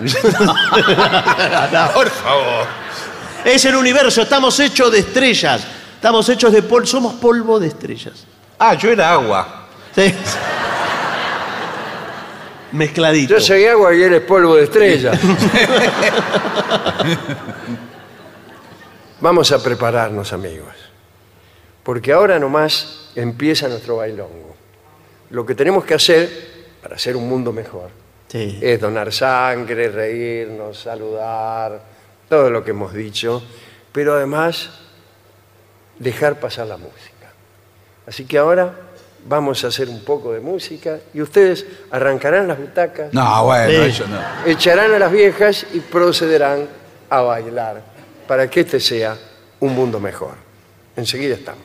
Por favor. Es el universo, estamos hechos de estrellas. Estamos hechos de polvo, somos polvo de estrellas. Ah, yo era agua. Sí. Mezcladito. Yo soy agua y él es polvo de estrella. Vamos a prepararnos, amigos. Porque ahora nomás empieza nuestro bailongo. Lo que tenemos que hacer para hacer un mundo mejor Sí. es donar sangre, reírnos, saludar, todo lo que hemos dicho, pero además dejar pasar la música. Así que ahora vamos a hacer un poco de música y ustedes arrancarán las butacas, No, bueno, Sí. eso no. echarán a las viejas y procederán a bailar para que este sea un mundo mejor. Enseguida estamos.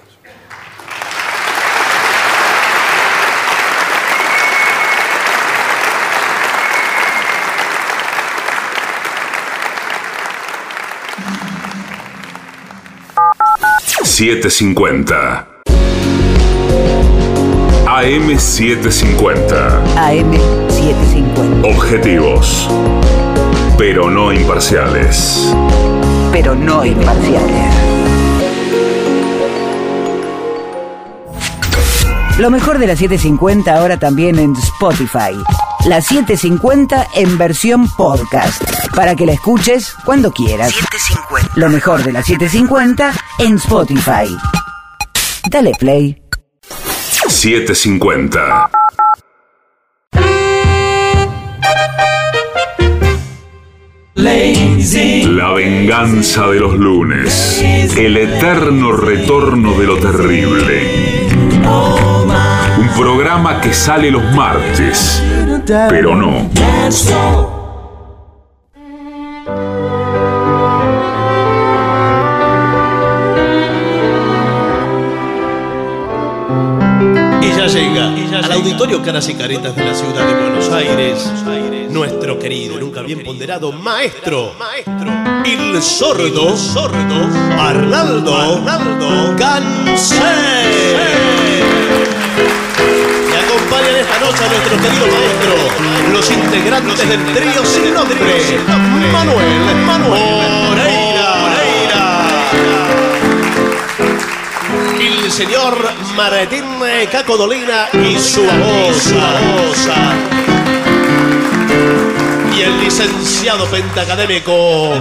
setecientos cincuenta. A M setecientos cincuenta. A M setecientos cincuenta. Objetivos, pero no imparciales. Pero no imparciales. Lo mejor de la setecientos cincuenta ahora también en Spotify. La setecientos cincuenta en versión podcast. Para que la escuches cuando quieras. setecientos cincuenta. Lo mejor de la setecientos cincuenta en Spotify. Dale play. setecientos cincuenta. La venganza de los lunes. El eterno retorno de lo terrible. Un programa que sale los martes, pero no. Y ya llega al auditorio Caras y Caretas de la ciudad de Buenos Aires, nuestro querido, nunca bien ponderado maestro, el sordo, sordo, Arnaldo, Arnaldo Gansé. Y acompañan esta noche a nuestro querido maestro, los integrantes del trío sin nombre, Manuel, Manuel Moreira. El señor Martín Caco Dolina y su babosa. Y el licenciado pentacadémico.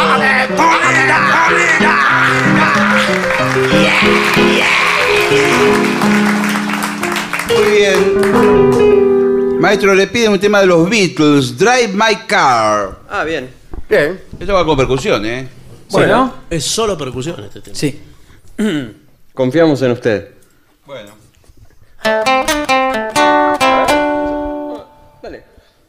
Muy bien. Maestro, le piden un tema de los Beatles, Drive My Car. Ah, bien. Bien. Esto va con percusión, ¿eh? Bueno. Es solo percusión este tema. Sí. Confiamos en usted. Bueno. Dale.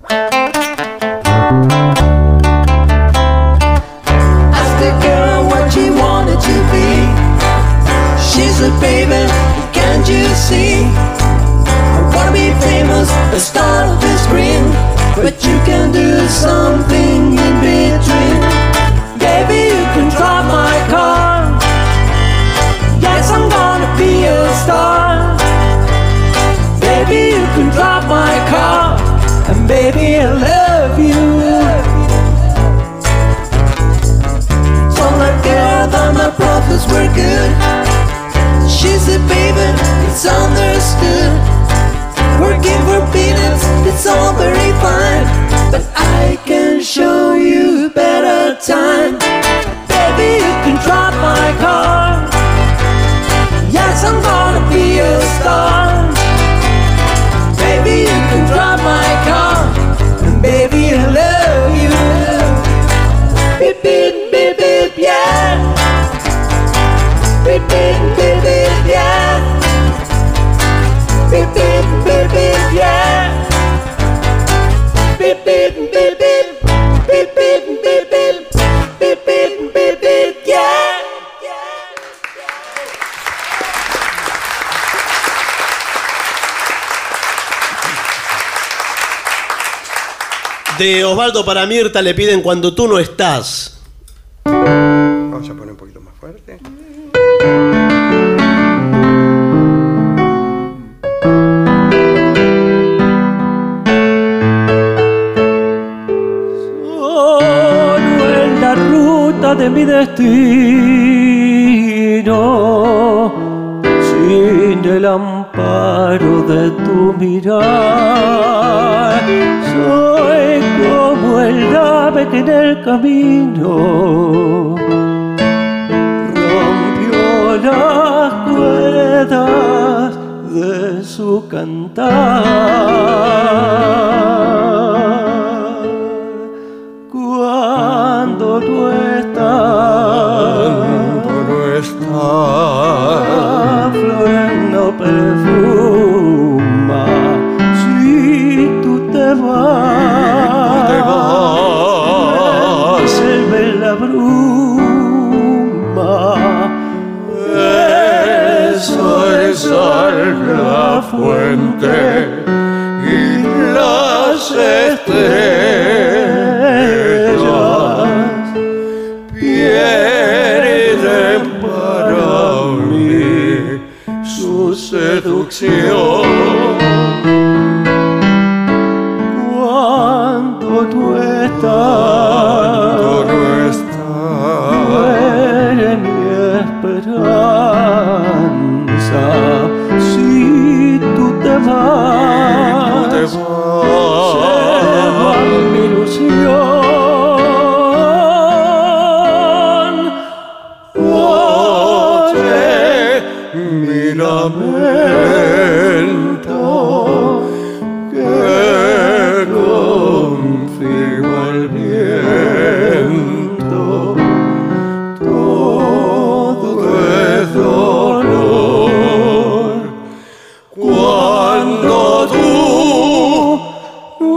Ask the girl what she wanted to be. She's a baby, can't you see? I wanna be famous, the star of the screen, but you can do something in between. Baby, you can drive my car. Yes, I'm gonna be a star. Baby, you can drive my car, and baby, I love you. Told that girl that my profits were good. She said, baby, it's understood. Working for peanuts, it's all very fine, but I can show you a better time. Baby, you can drive my car. Yes, I'm gonna be a star. Baby, you can drive my car, and baby, I love you. Beep, beep, beep, beep, yeah. Beep, beep, beep, beep, yeah. Beep, beep, beep, beep, yeah. Beep, beep, beep, beep. Beep, beep, beep, beep. Beep, beep, beep, beep, yeah. De Osvaldo para Mirta le piden Cuando tú no estás. Vamos a poner un poquito más fuerte. Solo en la ruta de mi destino, sin el amparo de tu mirar, soy como el ave que en el camino rompió las cuerdas de su cantar. Cuando tú estás, Cuando no estás, flores no perfuma. Si tú te vas, te vas, resuelve la bruma. eso es la fuente y las estrellas pierden para mí su seducción. Cuando tú Cuando estás, no estás, muere mi esperanza. Si tú te vas, te se vas, va mi ilusión. Oye mi lamento, que confío al viento. Todo es dolor cuando tú no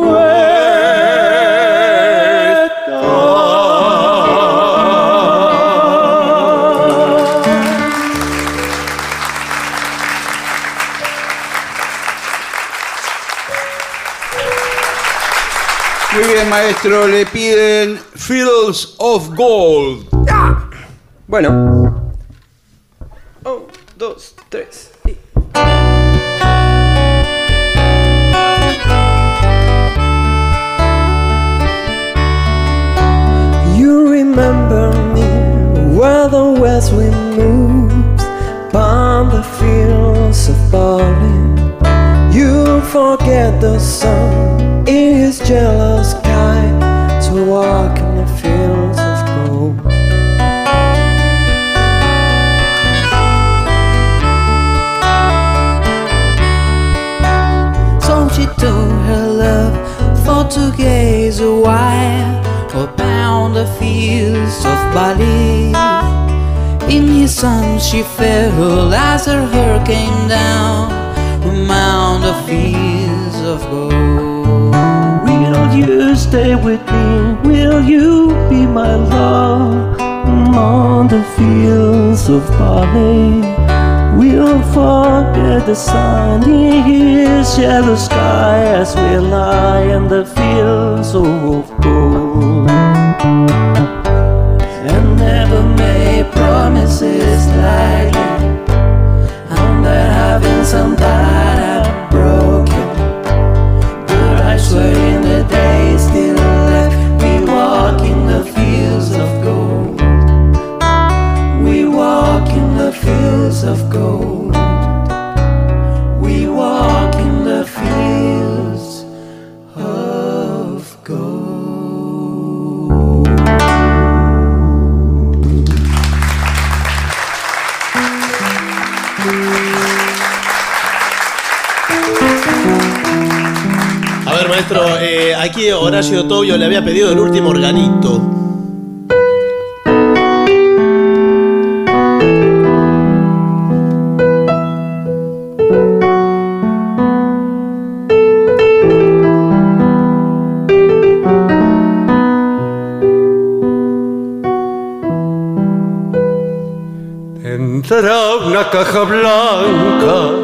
Muy bien, maestro, le piden Fields of Gold. Bueno. Un, dos, tres. Y... You remember me where the west wind moves upon the fields of barley. You forget the sun in his jealous sky. It's walk in the fields of gold. So she told her love for to gaze a while upon the fields of Bali. In his arms she fell as her hair came down among the fields of gold. Will you stay with me? Will you be my love among the fields of Bali? We'll forget the sun in his yellow sky as we lie in the fields of gold. And never made promises lightly, and there have been some that I've broken, but I swear in the days still left, we walk in the fields of gold. We walk in the fields of gold. We walk in the fields of gold. A ver, maestro, eh, aquí Horacio Tobio le había pedido el último organito. Entrará una caja blanca,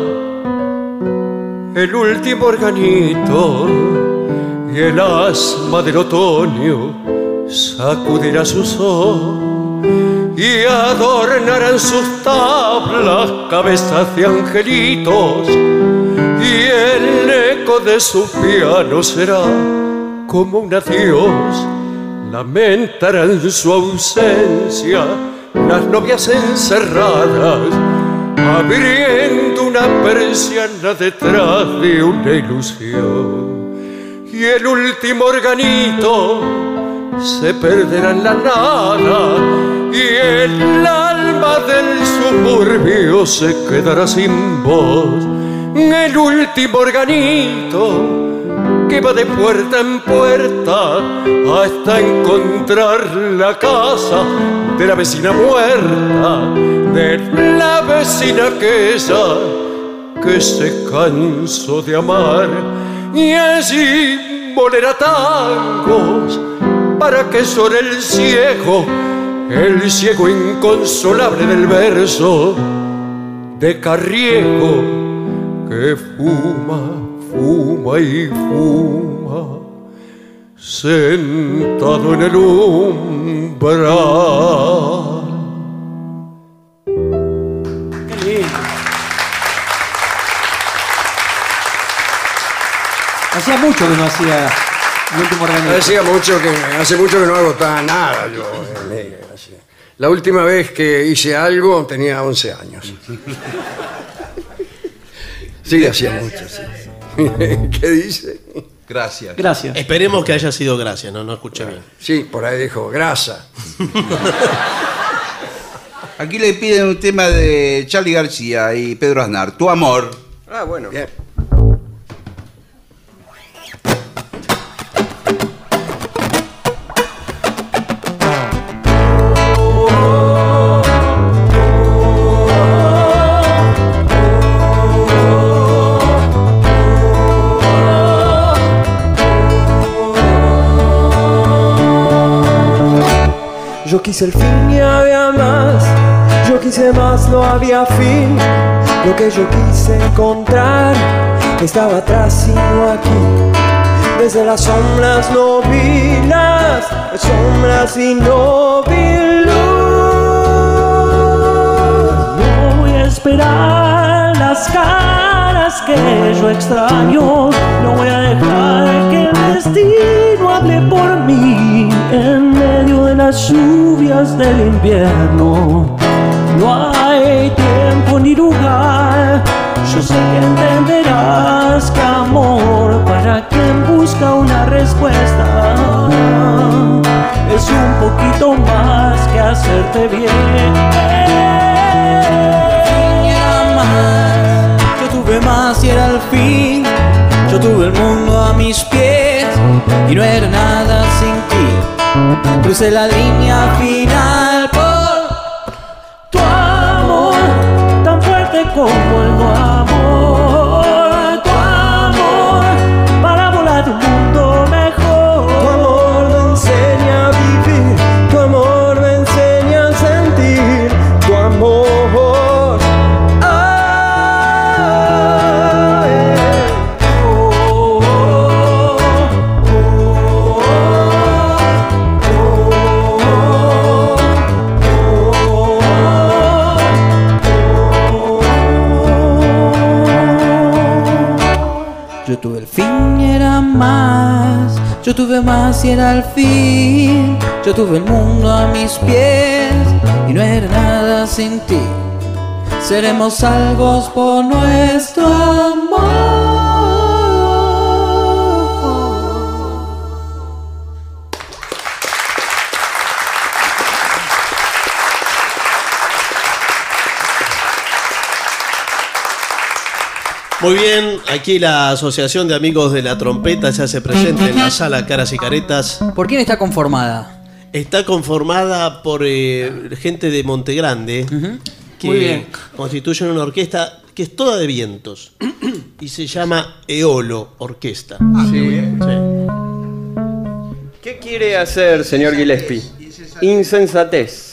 el último organito, y el asma del otoño sacudirá su sol, y adornarán sus tablas cabezas de angelitos, y el eco de su piano será como un adiós. Lamentarán su ausencia las novias encerradas, abriendo una persiana detrás de una ilusión. Y el último organito se perderá en la nada, y el alma del suburbio se quedará sin voz. El último organito que va de puerta en puerta hasta encontrar la casa de la vecina muerta, de la vecina aquella que se cansó de amar, y allí molerá tangos para que llore el ciego, el ciego inconsolable del verso de Carriego, que fuma, fuma y fuma, sentado en el umbral. Qué lindo. Hacía mucho que no hacía el último organito. Hacía mucho que, hace mucho que no hago ta- nada yo. eh, así. La última vez que hice algo tenía once años. Sí, hacía mucho, sí. ¿Qué dice? Gracias. Gracias. Esperemos que haya sido gracias, no, no escuché bien. Sí, por ahí dijo, grasa. Aquí le piden un tema de Charly García y Pedro Aznar, Tu amor. Ah, bueno. Bien. Yo quise el fin y había más, yo quise más, no había fin. Lo que yo quise encontrar estaba atrás y no aquí. Desde las sombras no vi las sombras y no vi luz. No voy a esperar las caras que yo extraño. No voy a dejar que el destino hable por mí en medio de las lluvias del invierno. No hay tiempo ni lugar. Yo sé que entenderás que amor para quien busca una respuesta. hacerte bien. Era más, yo tuve más y era el fin. Yo tuve el mundo a mis pies y no era nada sin ti. Crucé la línea final por tu amor, tan fuerte como el no amor. Tu amor, para volar un mundo mejor. Tu amor me enseña a vivir, tu amor me enseña a sentir, tu amor. Yo tuve el fin y era más, yo tuve más y era el fin. Yo tuve el mundo a mis pies y no era nada sin ti. Seremos salvos por nuestro amor. Muy bien, aquí la Asociación de Amigos de la Trompeta ya se presenta en la sala Caras y Caretas. ¿Por quién está conformada? Está conformada por eh, gente de Montegrande, uh-huh. que Muy bien. constituyen una orquesta que es toda de vientos y se llama Eolo Orquesta. Ah, sí. Bien. Sí. ¿Qué quiere hacer, señor Gillespie? Insensatez.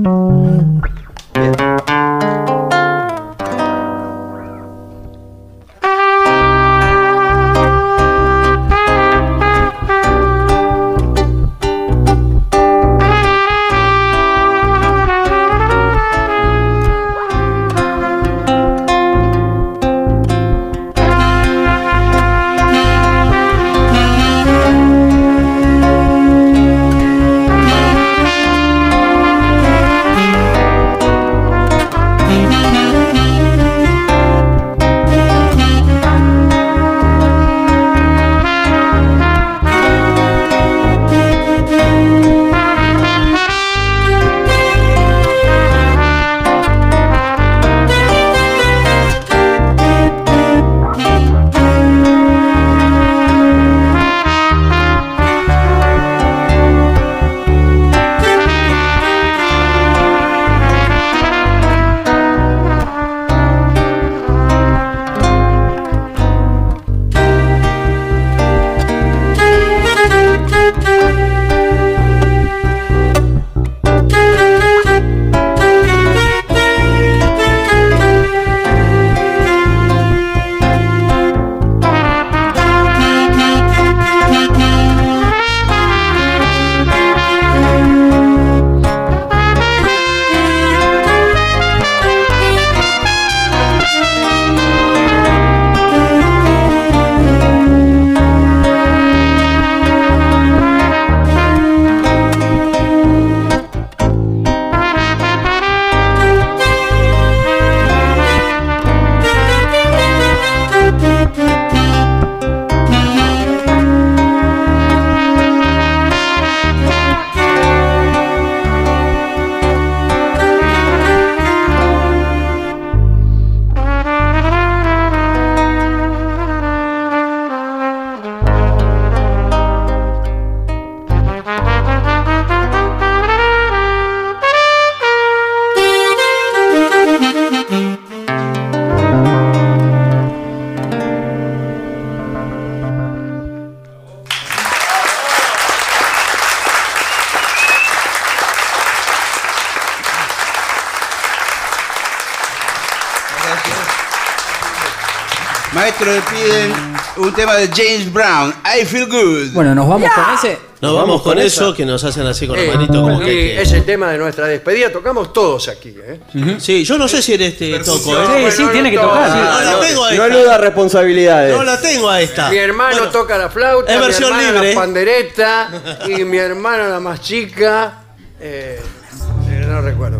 Maestro, le piden un tema de James Brown, I Feel Good. Bueno, nos vamos con ese. Nos vamos con eso, que nos hacen así con la Eh, manito. Como y que hay que- ese tema de nuestra despedida tocamos todos aquí, ¿eh? Sí, yo no sé si en este toco, ¿eh? Sí, sí, tiene que tocar. No, la tengo a No esta. eluda responsabilidades. No la tengo a esta. Mi hermano Bueno, toca la flauta, es mi versión hermana libre. la pandereta y mi hermana la más chica. eh, eh, no recuerdo.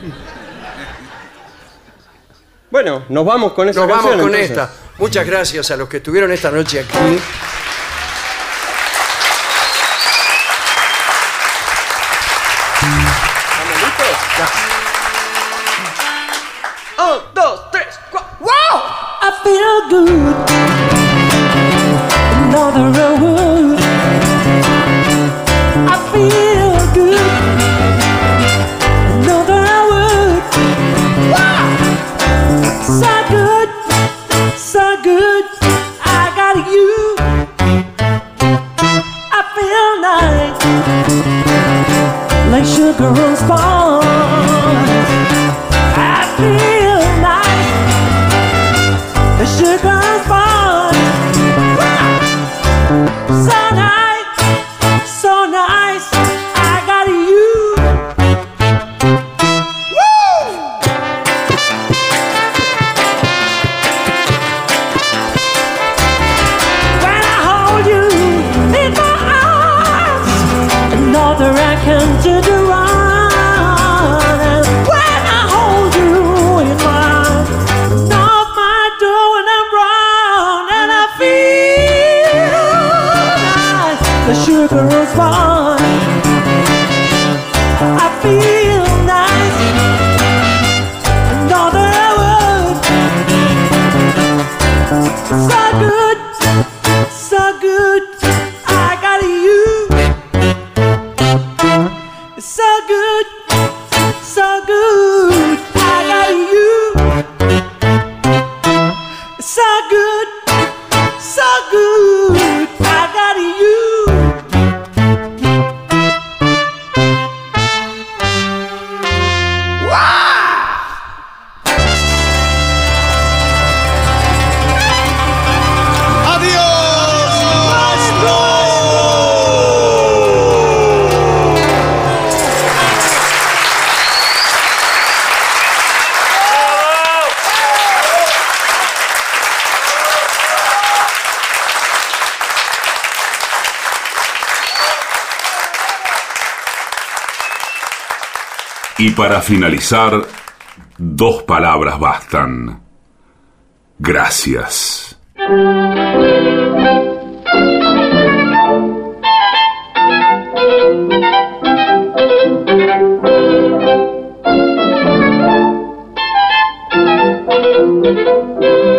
Bueno, nos vamos con esa Nos vamos canción, con entonces. esta. Muchas gracias a los que estuvieron esta noche aquí. ¿Estamos listos? like sugar and spice. I feel nice, like sugar and spice. So nice, so nice, I got you. Woo! When I hold you in my arms, another I can do the run. And when I hold you in my, knock my door when I'm wrong, and I feel nice, the sugar is fine. I feel nice, another word, so good, so good, I got you. It's so good, so good, I got you. It's so good, so good, I got you. Y para finalizar, dos palabras bastan. Gracias. Thank you.